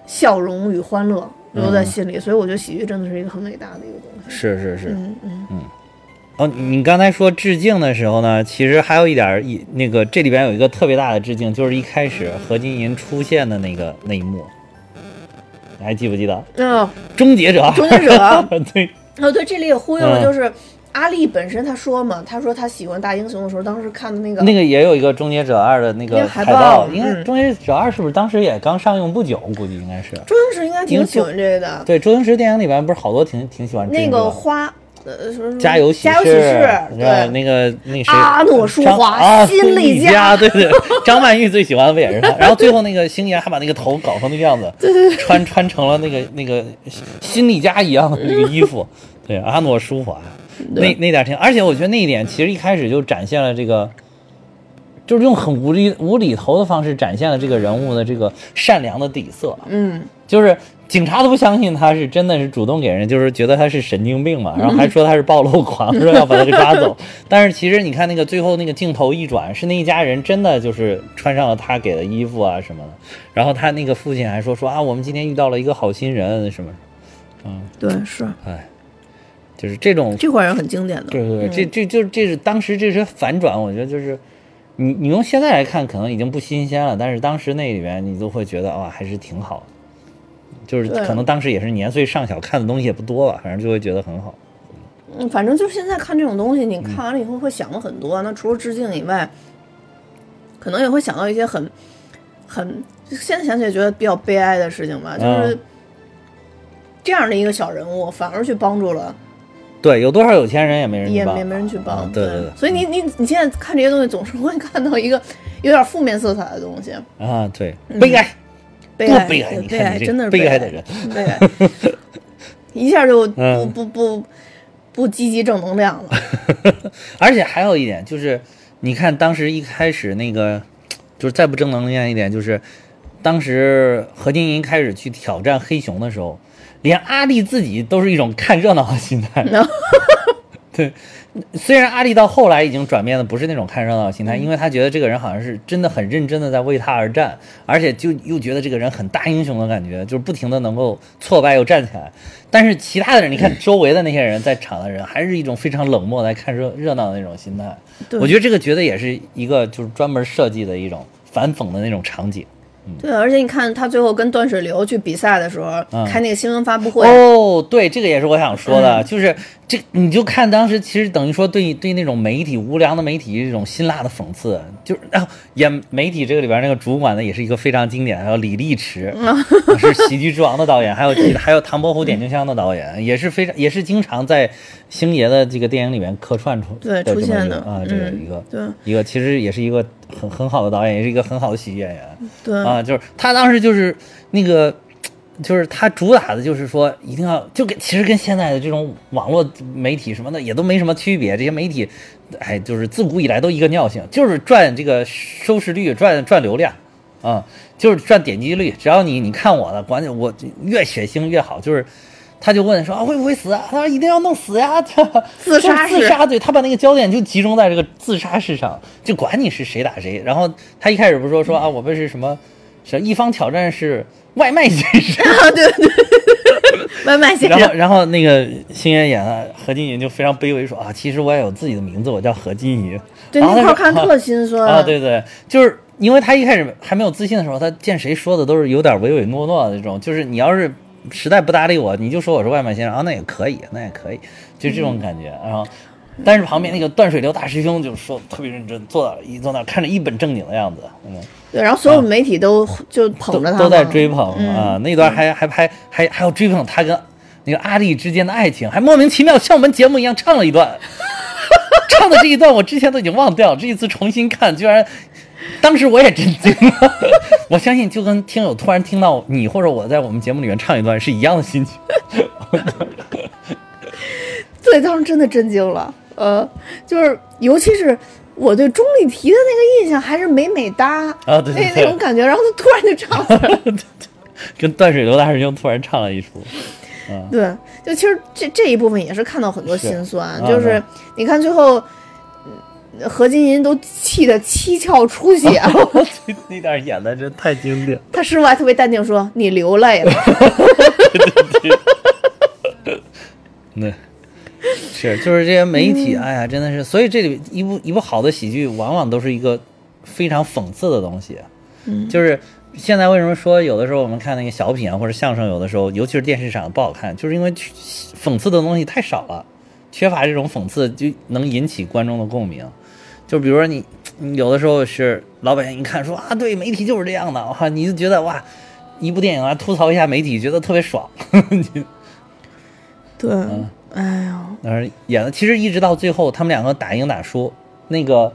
笑容与欢乐留在心里，所以我觉得喜剧真的是一个很伟大的一个东西。 是，哦，你刚才说致敬的时候呢，其实还有一点那个这里边有一个特别大的致敬，就是一开始何金银出现的那一幕，你还记不记得？终结者，对。 对，这里也忽悠了，就是阿力本身他说嘛，他说他喜欢大英雄的时候，当时看的那个也有一个终结者2的那个海报，应该终结者2是不是当时也刚上映不久？估计应该是。 周星驰应该挺喜欢这个的。 对，周星驰电影里边不是好多挺喜欢那个花。 家有喜事， 对， 那谁阿诺舒华、辛利加，对，张曼玉最喜欢的不也是他？然后最后那个星爷还把那个头搞成那个样子， 对， 穿成了那个辛利加一样的这个衣服，对，阿诺舒华，那点挺，而且我觉得那一点其实一开始就展现了这个，就是用很无厘头的方式展现了这个人物的这个善良的底色，就是警察都不相信他是真的是主动给人，就是觉得他是神经病嘛，然后还说他是暴露狂，说要把他给抓走。但是其实你看那个最后那个镜头一转，是那一家人真的就是穿上了他给的衣服啊什么的。然后他那个父亲还说啊，我们今天遇到了一个好心人什么， 对，是， 就是这块人很经典的。 对，这是当时这是反转，我觉得就是你用现在来看可能已经不新鲜了，但是当时那里边你都会觉得哇还是挺好的。就是可能当时也是年岁尚小，看的东西也不多吧，反正就会觉得很好。 反正就是现在看这种东西，你看完了以后会想了很多。那除了致敬以外，可能也会想到一些很现在想起来觉得比较悲哀的事情吧，就是这样的一个小人物，反而去帮助了。 对，有多少有钱人也没人去帮， 也没人去帮。 对。 所以你现在看这些东西，总是会看到一个有点负面色彩的东西啊。对，悲哀。 悲哀，真的是悲哀的人， 悲哀，一下就不积极正能量了。 而且还有一点就是，你看当时一开始那个，就是再不正能量一点，就是当时何金银开始去挑战黑熊的时候，连阿力自己都是一种看热闹的心态。对，虽然阿力到后来已经转变的不是那种看热闹的心态，因为他觉得这个人好像是真的很认真的在为他而战，而且就又觉得这个人很大英雄的感觉，就是不停的能够挫败又站起来。但是其他的人，你看周围的那些人在场的人，还是一种非常冷漠来看热闹的那种心态。我觉得这个角色也是一个就是专门设计的一种反讽的那种场景。 对，而且你看他最后跟段水流去比赛的时候，开那个新闻发布会。 对，这个也是我想说的，就是这你就看当时其实等于说对那种媒体无良的媒体这种辛辣的讽刺，就是演媒体这个里边那个主管呢也是一个非常经典，还有李立池是喜剧之王的导演，还有唐伯虎点秋香的导演，也是经常在星爷的这个电影里面客串出现的这个一个其实也是一个很好的导演，也是一个很好的喜剧演员。 对就是他当时就是那个，就是他主打的就是说一定要其实跟现在的这种网络媒体什么的也都没什么区别，这些媒体，就是自古以来都一个尿性，就是赚这个收视率，赚流量，就是赚点击率，只要你看我的，关键我越血腥越好，就是。他就问说会不会死啊？他说一定要弄死呀！ 自杀， 对，他把那个焦点就集中在这个自杀式上，就管你是谁打谁。然后他一开始不是说我们是什么一方挑战是外卖先生对，外卖先生。然后那个星爷演的何金银就非常卑微说其实我也有自己的名字，我叫何金银。 对，那块看特心酸对，就是因为他一开始还没有自信的时候，他见谁说的都是有点唯唯诺诺的这种，就是你要是。实在不搭理我，你就说我是外卖先生那也可以，就这种感觉。然后，但是旁边那个断水流大师兄就说特别认真，坐那看着一本正经的样子。 对，然后所有媒体都就捧着他， 都在追捧那段还要追捧他跟那个阿丽之间的爱情，还莫名其妙像我们节目一样唱了一段，唱的这一段我之前都已经忘掉，这一次重新看居然。当时我也震惊了，我相信就跟听友突然听到你或者我在我们节目里面唱一段是一样的心情。 对，当时真的震惊了，就是尤其是我对钟丽缇的那个印象还是美哒对那种感觉，然后他突然就唱了， 跟断水流大师兄突然唱了一出。 对，就其实这一部分也是看到很多心酸，就是你看最后。 何金银都气得七窍出血了。 那点演的真太经典。 他师傅还特别淡定说：“你流泪了。” 对，是就是这些媒体，哎呀，真的是，所以这里一部好的喜剧，往往都是一个非常讽刺的东西。就是现在为什么说有的时候我们看那个小品啊或者相声，有的时候尤其是电视上不好看，就是因为讽刺的东西太少了，缺乏这种讽刺就能引起观众的共鸣。就比如说你有的时候是老百姓一看说啊，对，媒体就是这样的，哇，你就觉得哇，一部电影啊吐槽一下媒体，觉得特别爽。 对，哎呀， 但是演的其实一直到最后，他们两个打赢打输，那个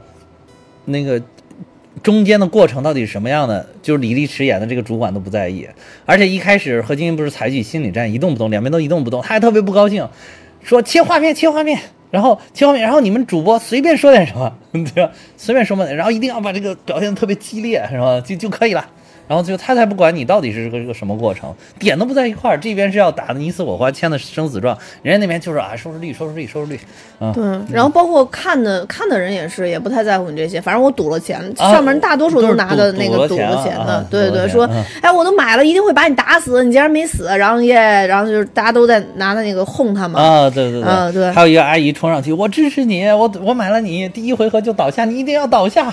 中间的过程到底是什么样的，就是李立驰演的这个主管都不在意，而且一开始何金银不是采取心理战，一动不动，两边都一动不动，他还特别不高兴，说切画面，然后你们主播随便说点什么，对吧？随便说嘛，然后一定要把这个表现得特别激烈，是吧？就可以了。然后就他才不管你到底是个什么过程，点都不在一块儿，这边是要打的你死我活，签的生死状，人家那边就是啊收视率， 对，然后包括看的人也是，也不太在乎你这些，反正我赌了钱，上面大多数都拿的那个赌了钱的，对，说，哎，我都买了，一定会把你打死，你竟然没死，然后就是大家都在拿的那个哄他嘛， 啊，对，对，还有一个阿姨冲上去，我支持你，我买了你，第一回合就倒下，你一定要倒下。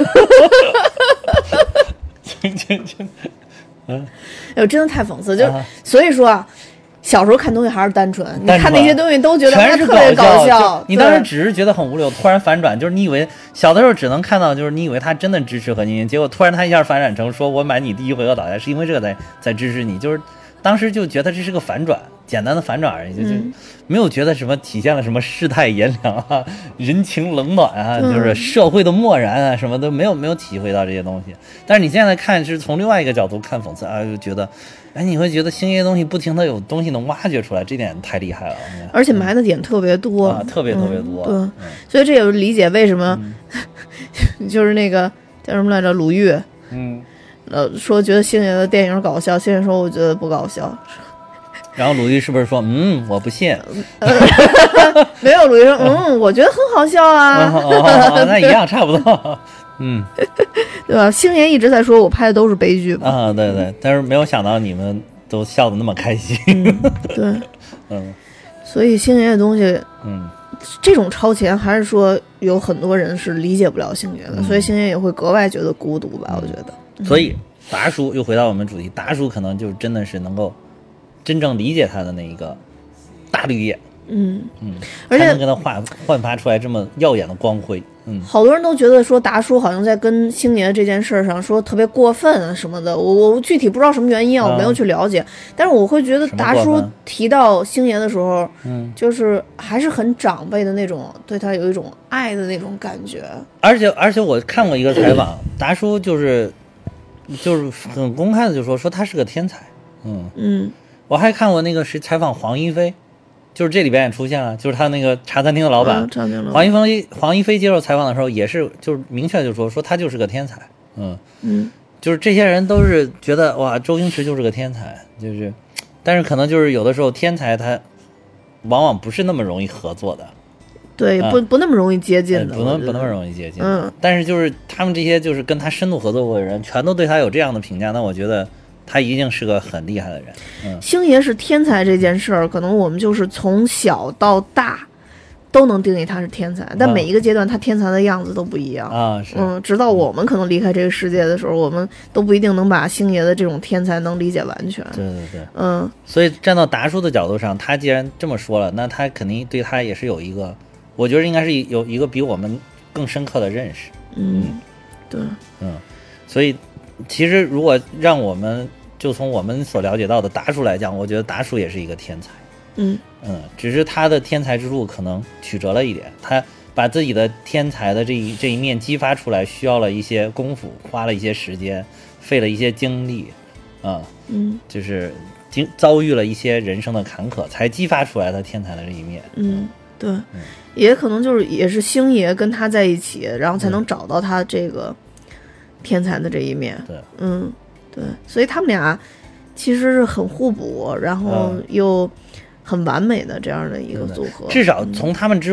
真的太讽刺，就所以说啊，小时候看东西还是单纯，你看那些东西都觉得它特别搞笑。 你当时只是觉得很无聊，突然反转，就是你以为小的时候只能看到，就是你以为他真的支持何金银，结果突然他一下反转成说我买你第一回合倒下，是因为这个在支持你，就是当时就觉得这是个反转，简单的反转而已，就没有觉得什么体现了什么世态炎凉啊、人情冷暖啊，就是社会的漠然啊，什么都没有体会到这些东西。但是你现在看是从另外一个角度看讽刺啊，就觉得，哎，你会觉得星爷的东西不停的有东西能挖掘出来，这点太厉害了。 而且埋的点特别多， 特别多。 对，所以这也就理解为什么，就是那个叫什么来着，鲁豫，说觉得星爷的电影搞笑，星爷说我觉得不搞笑。 然后鲁豫是不是说我不信？ 没有，鲁豫说我觉得很好笑啊。 那一样差不多。 对吧？星爷一直在说我拍的都是悲剧嘛。 啊，对，但是没有想到你们都笑得那么开心。 对，所以星爷的东西，这种超前还是说有很多人是理解不了星爷的，所以星爷也会格外觉得孤独吧？我觉得。 所以达叔又回到我们主题，达叔可能就真的是能够真正理解他的那一个大绿叶，而且能跟他焕发出来这么耀眼的光辉。 好多人都觉得说达叔好像在跟星爷这件事上说特别过分啊什么的，我具体不知道什么原因啊，我没有去了解，但是我会觉得达叔提到星爷的时候，就是还是很长辈的那种，对他有一种爱的那种感觉。 而且我看过一个采访，达叔就是很公开的就说他是个天才。我还看过那个是采访黄一飞，就是这里边也出现了，就是他那个茶餐厅的老板，黄一飞接受采访的时候也是就是明确就说他就是个天才。就是这些人都是觉得哇，周星驰就是个天才，就是但是可能就是有的时候天才他往往不是那么容易合作的。 对，不那么容易接近的， 不那么容易接近。但是就是他们这些就是跟他深度合作过的人，全都对他有这样的评价，那我觉得他一定是个很厉害的人。 星爷是天才这件事儿，可能我们就是从小到大都能定义他是天才，但每一个阶段他天才的样子都不一样啊。是， 直到我们可能离开这个世界的时候，我们都不一定能把星爷的这种天才能理解完全。 对。所以站到达叔的角度上，他既然这么说了，那他肯定对他也是有一个，我觉得应该是有一个比我们更深刻的认识。 对。 所以其实如果让我们就从我们所了解到的达叔来讲，我觉得达叔也是一个天才。只是他的天才之路可能曲折了一点，他把自己的天才的这一面激发出来，需要了一些功夫，花了一些时间，费了一些精力，就是遭遇了一些人生的坎坷，才激发出来他天才的这一面。 对，也可能就是也是星爷跟他在一起，然后才能找到他这个天才的这一面。对，所以他们俩其实是很互补，然后又很完美的这样的一个组合。 至少从他们之后，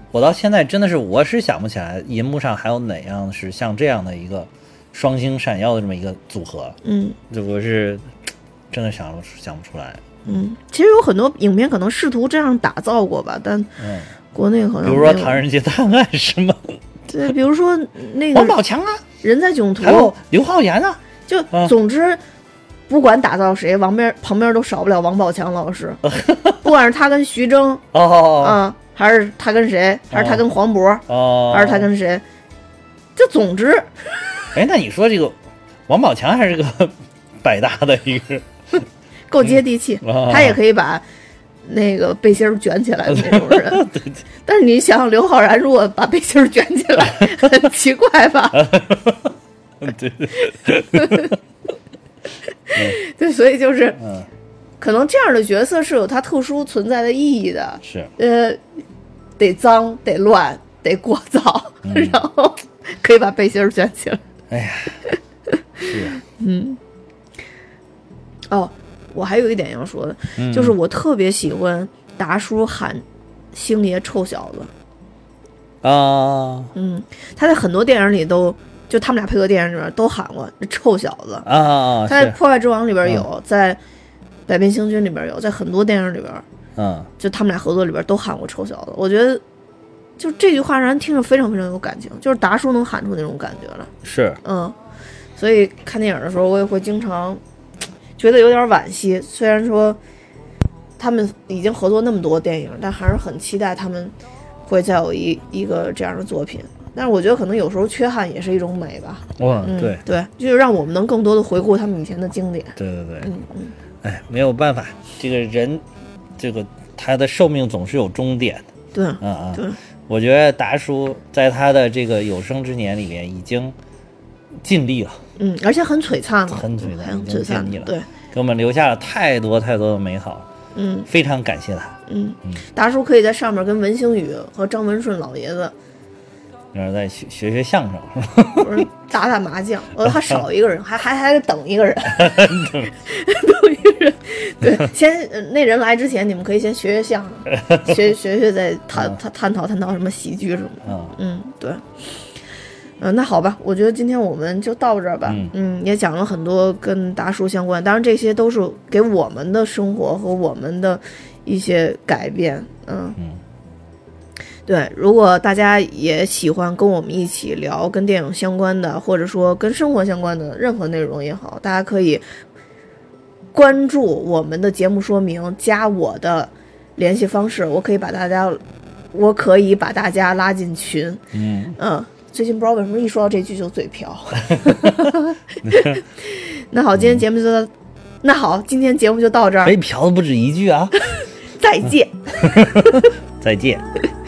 我到现在真的是我是想不起来银幕上还有哪样是像这样的一个双星闪耀的这么一个组合。这我是真的想不出来。 其实有很多影片可能试图这样打造过吧，但国内可能比如说《唐人街探案》是吗？ 对，比如说那个王宝强啊， 人在囧途， 还有刘昊然啊， 就总之不管打造谁，旁边都少不了王宝强老师，不管是他跟徐峥还是他跟谁，还是他跟黄渤，还是他跟谁，就总之， 那你说这个王宝强还是个百搭的一个， 够接地气，他也可以把那个背心卷起来的那种人。 对， 但是你想想刘昊然如果把背心卷起来，很奇怪吧？ 对。 对，所以就是，可能这样的角色是有它特殊存在的意义的。 是， 得脏，得乱，得过早，然后可以把背心卷起来。 哎呀，是。 我还有一点要说的，就是我特别喜欢达叔喊星爷臭小子。他在很多电影里都。就他们俩配合电影里边都喊过臭小子他在《破坏之王》里边有，在《百变星君》里边有，在很多电影里边，就他们俩合作里边都喊过臭小子。我觉得就这句话让人听着非常非常有感情，就是达叔能喊出那种感觉了。 是， 所以看电影的时候我也会经常觉得有点惋惜，虽然说他们已经合作那么多电影，但还是很期待他们会再有一个这样的作品。但是我觉得可能有时候缺憾也是一种美吧。对，就是让我们能更多的回顾他们以前的经典。 对，没有办法，这个人，这个他的寿命总是有终点的。对，我觉得达叔在他的这个有生之年里面已经尽力了。 而且很璀璨了， 很璀璨了。 对， 给我们留下了太多太多的美好。非常感谢他。 达叔可以在上面跟文星宇和张文顺老爷子。 然后再学相声， 不是打麻将，还少一个人，还得等一个人，等一个人。对，先那人来之前，你们可以先学相声，学再探讨什么喜剧什么的。对。那好吧，我觉得今天我们就到这儿吧。也讲了很多跟达叔相关，当然这些都是给我们的生活和我们的一些改变。对，如果大家也喜欢跟我们一起聊跟电影相关的，或者说跟生活相关的任何内容也好，大家可以关注我们的节目说明，加我的联系方式，我可以把大家拉进群。最近不知道为什么一说到这句就嘴瓢。那好，今天节目就到这儿。 被嫖的不止一句啊！ 再见。 再见。